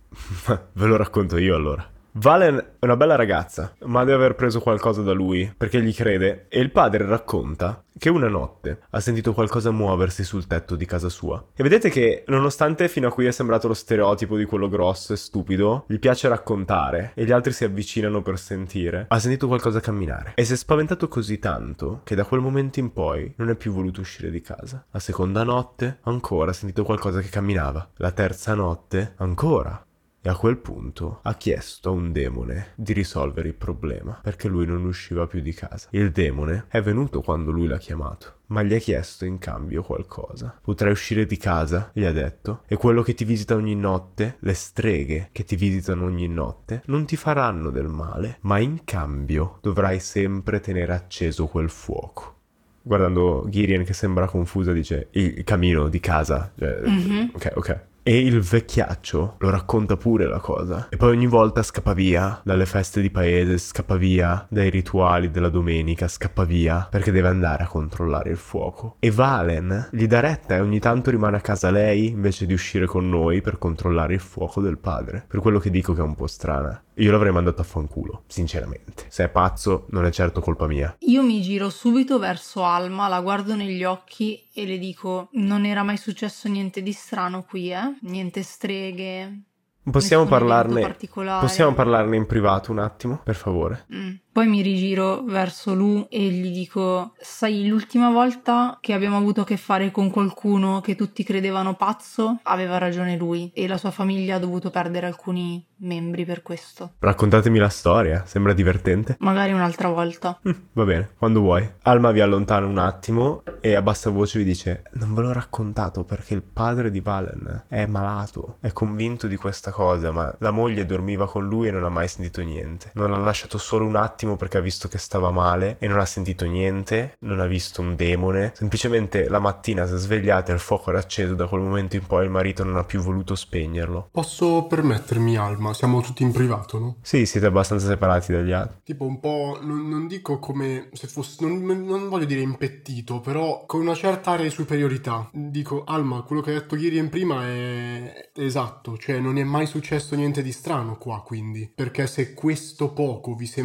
[SPEAKER 1] ve lo racconto io allora. Valen è una bella ragazza, ma deve aver preso qualcosa da lui, perché gli crede, e il padre racconta che una notte ha sentito qualcosa muoversi sul tetto di casa sua. E vedete che, nonostante fino a qui è sembrato lo stereotipo di quello grosso e stupido, gli piace raccontare, e gli altri si avvicinano per sentire, ha sentito qualcosa camminare. E si è spaventato così tanto, che da quel momento in poi non è più voluto uscire di casa. La seconda notte, ancora ha sentito qualcosa che camminava. La terza notte, ancora. E a quel punto ha chiesto a un demone di risolvere il problema, perché lui non usciva più di casa. Il demone è venuto quando lui l'ha chiamato, ma gli ha chiesto in cambio qualcosa. Potrai uscire di casa, gli ha detto, e quello che ti visita ogni notte, le streghe che ti visitano ogni notte, non ti faranno del male, ma in cambio dovrai sempre tenere acceso quel fuoco. Guardando Girien che sembra confusa dice: il camino di casa. Cioè, mm-hmm. Ok, ok. E il vecchiaccio lo racconta pure la cosa. E poi ogni volta scappa via dalle feste di paese, scappa via dai rituali della domenica, scappa via perché deve andare a controllare il fuoco. E Valen gli dà retta e ogni tanto rimane a casa lei invece di uscire con noi per controllare il fuoco del padre. Per quello che dico che è un po' strana. Io l'avrei mandato a fanculo, sinceramente. Se è pazzo non è certo colpa mia.
[SPEAKER 3] Io mi giro subito verso Alma, la guardo negli occhi e le dico: non era mai successo niente di strano qui, eh? Niente streghe.
[SPEAKER 1] Possiamo parlarne.
[SPEAKER 3] Particolare.
[SPEAKER 1] Possiamo parlarne in privato un attimo, per favore?
[SPEAKER 3] Mm. Poi mi rigiro verso Lu e gli dico: sai, l'ultima volta che abbiamo avuto a che fare con qualcuno che tutti credevano pazzo, aveva ragione lui e la sua famiglia ha dovuto perdere alcuni membri per questo.
[SPEAKER 1] Raccontatemi la storia, sembra divertente.
[SPEAKER 3] Magari un'altra volta.
[SPEAKER 1] Mm, va bene, quando vuoi. Alma vi allontana un attimo e a bassa voce vi dice: non ve l'ho raccontato perché il padre di Valen è malato, è convinto di questa cosa, ma la moglie dormiva con lui e non ha mai sentito niente. Non l'ha lasciato solo un attimo perché ha visto che stava male e non ha sentito niente, non ha visto un demone, semplicemente la mattina si è svegliata e il fuoco era acceso. Da quel momento in poi il marito non ha più voluto spegnerlo.
[SPEAKER 2] Posso permettermi, Alma? Siamo tutti in privato, no?
[SPEAKER 1] Sì, siete abbastanza separati dagli altri.
[SPEAKER 2] Tipo un po', non, non dico come se fosse, non, non voglio dire impettito, però con una certa area di superiorità. Dico: Alma, quello che ha detto Girien prima è esatto, cioè non è mai successo niente di strano qua, quindi. Perché se questo poco vi sembra strano,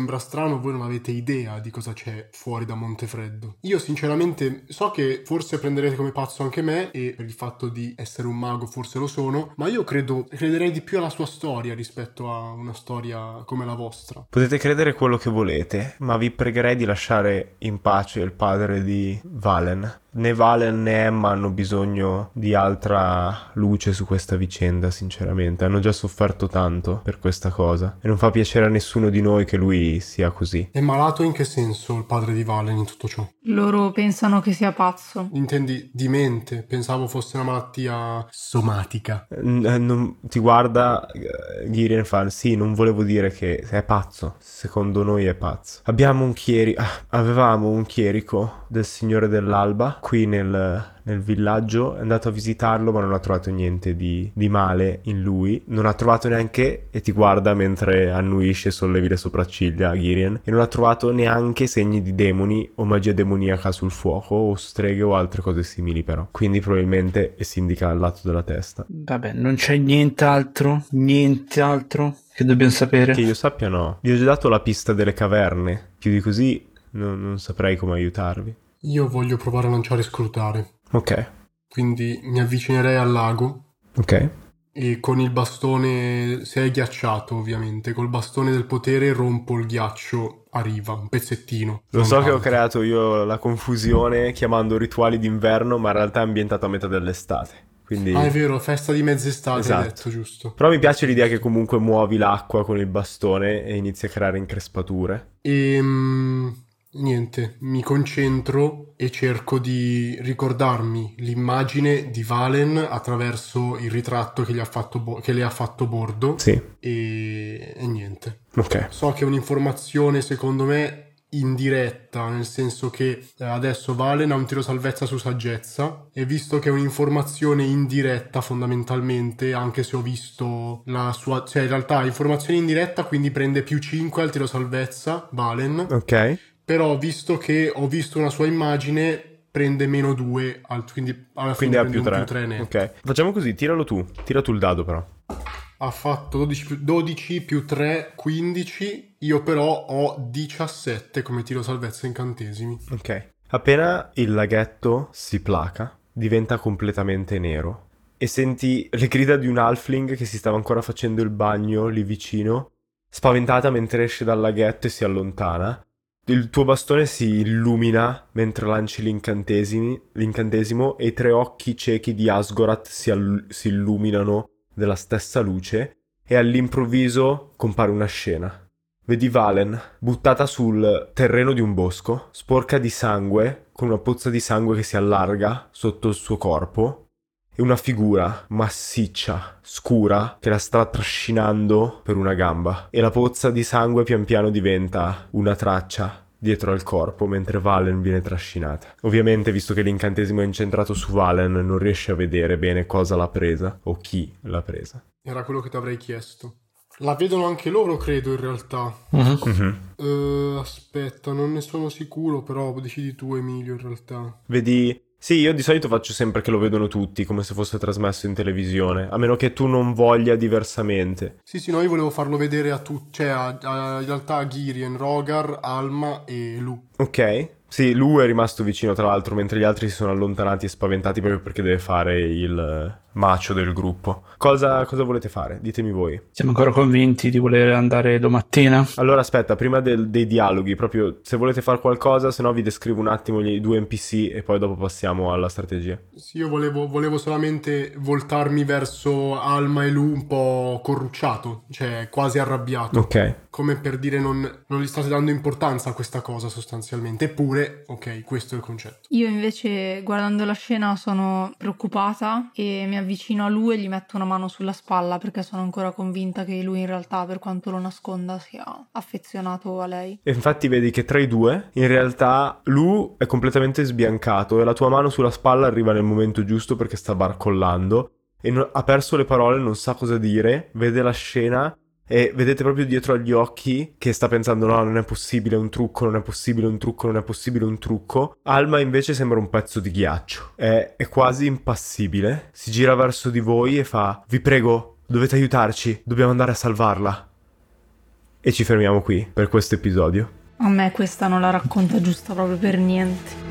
[SPEAKER 2] strano, voi non avete idea di cosa c'è fuori da Montefreddo. Io sinceramente so che forse prenderete come pazzo anche me, e per il fatto di essere un mago forse lo sono, ma io credo, crederei di più alla sua storia rispetto a una storia come la vostra.
[SPEAKER 1] Potete credere quello che volete, ma vi pregherei di lasciare in pace il padre di Valen. Né Valen né Emma hanno bisogno di altra luce su questa vicenda, sinceramente. Hanno già sofferto tanto per questa cosa e non fa piacere a nessuno di noi che lui sia così.
[SPEAKER 2] È malato in che senso il padre di Valen in tutto ciò?
[SPEAKER 3] Loro pensano che sia pazzo.
[SPEAKER 2] Intendi di mente? Pensavo fosse una malattia somatica.
[SPEAKER 1] N- non, ti guarda uh, Girion e fa: sì, non volevo dire che è pazzo. Secondo noi è pazzo. Abbiamo un chierico, ah, avevamo un chierico del Signore dell'Alba qui nel, nel villaggio. È andato a visitarlo, ma non ha trovato niente di, di male in lui. Non ha trovato neanche, e ti guarda mentre annuisce e sollevi le sopracciglia a Girion, e non ha trovato neanche segni di demoni o magia demoniaca sul fuoco o streghe o altre cose simili, però. Quindi probabilmente, e si indica al lato della testa.
[SPEAKER 4] Vabbè, non c'è nient'altro, nient'altro che dobbiamo sapere?
[SPEAKER 1] Che io sappia no. Vi ho già dato la pista delle caverne. Più di così non, non saprei come aiutarvi.
[SPEAKER 2] Io voglio provare a lanciare scrutare.
[SPEAKER 1] Ok.
[SPEAKER 2] Quindi mi avvicinerei al lago.
[SPEAKER 1] Ok.
[SPEAKER 2] E con il bastone, se è ghiacciato ovviamente, col bastone del potere rompo il ghiaccio a riva, un pezzettino.
[SPEAKER 1] Lo so che ho
[SPEAKER 2] tanto.
[SPEAKER 1] creato io la confusione chiamando rituali d'inverno, ma in realtà è ambientato a metà dell'estate. Quindi...
[SPEAKER 2] Ah, è vero, festa di mezz'estate,
[SPEAKER 1] Esatto.
[SPEAKER 2] hai detto, giusto.
[SPEAKER 1] Però mi piace l'idea che comunque muovi l'acqua con il bastone e inizi a creare increspature.
[SPEAKER 2] E niente, mi concentro e cerco di ricordarmi l'immagine di Valen attraverso il ritratto che, gli ha fatto Bo- che le ha fatto Bordo.
[SPEAKER 1] Sì.
[SPEAKER 2] E... e niente.
[SPEAKER 1] Ok.
[SPEAKER 2] So che è un'informazione, secondo me, indiretta, nel senso che eh, adesso Valen ha un tiro salvezza su saggezza, e visto che è un'informazione indiretta fondamentalmente, anche se ho visto la sua, cioè in realtà informazione indiretta, quindi prende più cinque al tiro salvezza Valen,
[SPEAKER 1] Ok.
[SPEAKER 2] però visto che ho visto una sua immagine prende meno due, al, quindi alla
[SPEAKER 1] Quindi
[SPEAKER 2] fine
[SPEAKER 1] ha
[SPEAKER 2] prende
[SPEAKER 1] più
[SPEAKER 2] un
[SPEAKER 1] tre.
[SPEAKER 2] più tre netto.
[SPEAKER 1] Ok. Facciamo così, tiralo tu. Tira tu il dado però.
[SPEAKER 2] Ha fatto dodici più, dodici più tre, quindici. Io però ho diciassette come tiro salvezza incantesimi.
[SPEAKER 1] Ok. Appena il laghetto si placa, diventa completamente nero. E senti le grida di un halfling che si stava ancora facendo il bagno lì vicino, spaventata mentre esce dal laghetto e si allontana. Il tuo bastone si illumina mentre lanci l'incantesimi, l'incantesimo, e i tre occhi ciechi di Asgorath si, all- si illuminano della stessa luce, e all'improvviso compare una scena. Vedi Valen buttata sul terreno di un bosco, sporca di sangue, con una pozza di sangue che si allarga sotto il suo corpo, e una figura massiccia, scura, che la sta trascinando per una gamba. E la pozza di sangue pian piano diventa una traccia dietro al corpo mentre Valen viene trascinata. Ovviamente, visto che l'incantesimo è incentrato su Valen, non riesce a vedere bene cosa l'ha presa o chi l'ha presa.
[SPEAKER 2] Era quello che ti avrei chiesto. La vedono anche loro, credo, in realtà.
[SPEAKER 4] Mhm.
[SPEAKER 1] Mm-hmm.
[SPEAKER 2] Uh, aspetta, non ne sono sicuro, però decidi tu, Emilio, in realtà.
[SPEAKER 1] Vedi... Sì, io di solito faccio sempre che lo vedono tutti, come se fosse trasmesso in televisione, a meno che tu non voglia diversamente.
[SPEAKER 2] Sì, sì, no, io volevo farlo vedere a tutti, cioè a, a- in realtà a Girien, Rogar, Alma e Lu.
[SPEAKER 1] Ok. Sì, Lu è rimasto vicino tra l'altro, mentre gli altri si sono allontanati e spaventati proprio perché deve fare il eh, macio del gruppo. Cosa, cosa volete fare? Ditemi voi.
[SPEAKER 4] Siamo ancora convinti di voler andare domattina?
[SPEAKER 1] Allora aspetta, prima del- dei dialoghi, proprio se volete fare qualcosa, se no vi descrivo un attimo i due N P C e poi dopo passiamo alla strategia.
[SPEAKER 2] Sì, io volevo, volevo solamente voltarmi verso Alma e Lu un po' corrucciato, cioè quasi arrabbiato.
[SPEAKER 1] Ok.
[SPEAKER 2] Come per dire non, non gli state dando importanza a questa cosa sostanzialmente. Eppure, ok, questo è il concetto.
[SPEAKER 3] Io invece, guardando la scena, sono preoccupata e mi avvicino a lui e gli metto una mano sulla spalla, perché sono ancora convinta che lui in realtà, per quanto lo nasconda, sia affezionato a lei.
[SPEAKER 1] E infatti vedi che tra i due, in realtà, Lu è completamente sbiancato e la tua mano sulla spalla arriva nel momento giusto perché sta barcollando e no- ha perso le parole, non sa cosa dire, vede la scena e vedete proprio dietro agli occhi che sta pensando no, non è possibile, è un trucco, non è possibile, un trucco, non è possibile, un trucco. Alma invece sembra un pezzo di ghiaccio, è, è quasi impassibile, si gira verso di voi e fa: vi prego, dovete aiutarci, dobbiamo andare a salvarla. E ci fermiamo qui per questo episodio.
[SPEAKER 3] A me questa non la racconta giusta proprio per niente.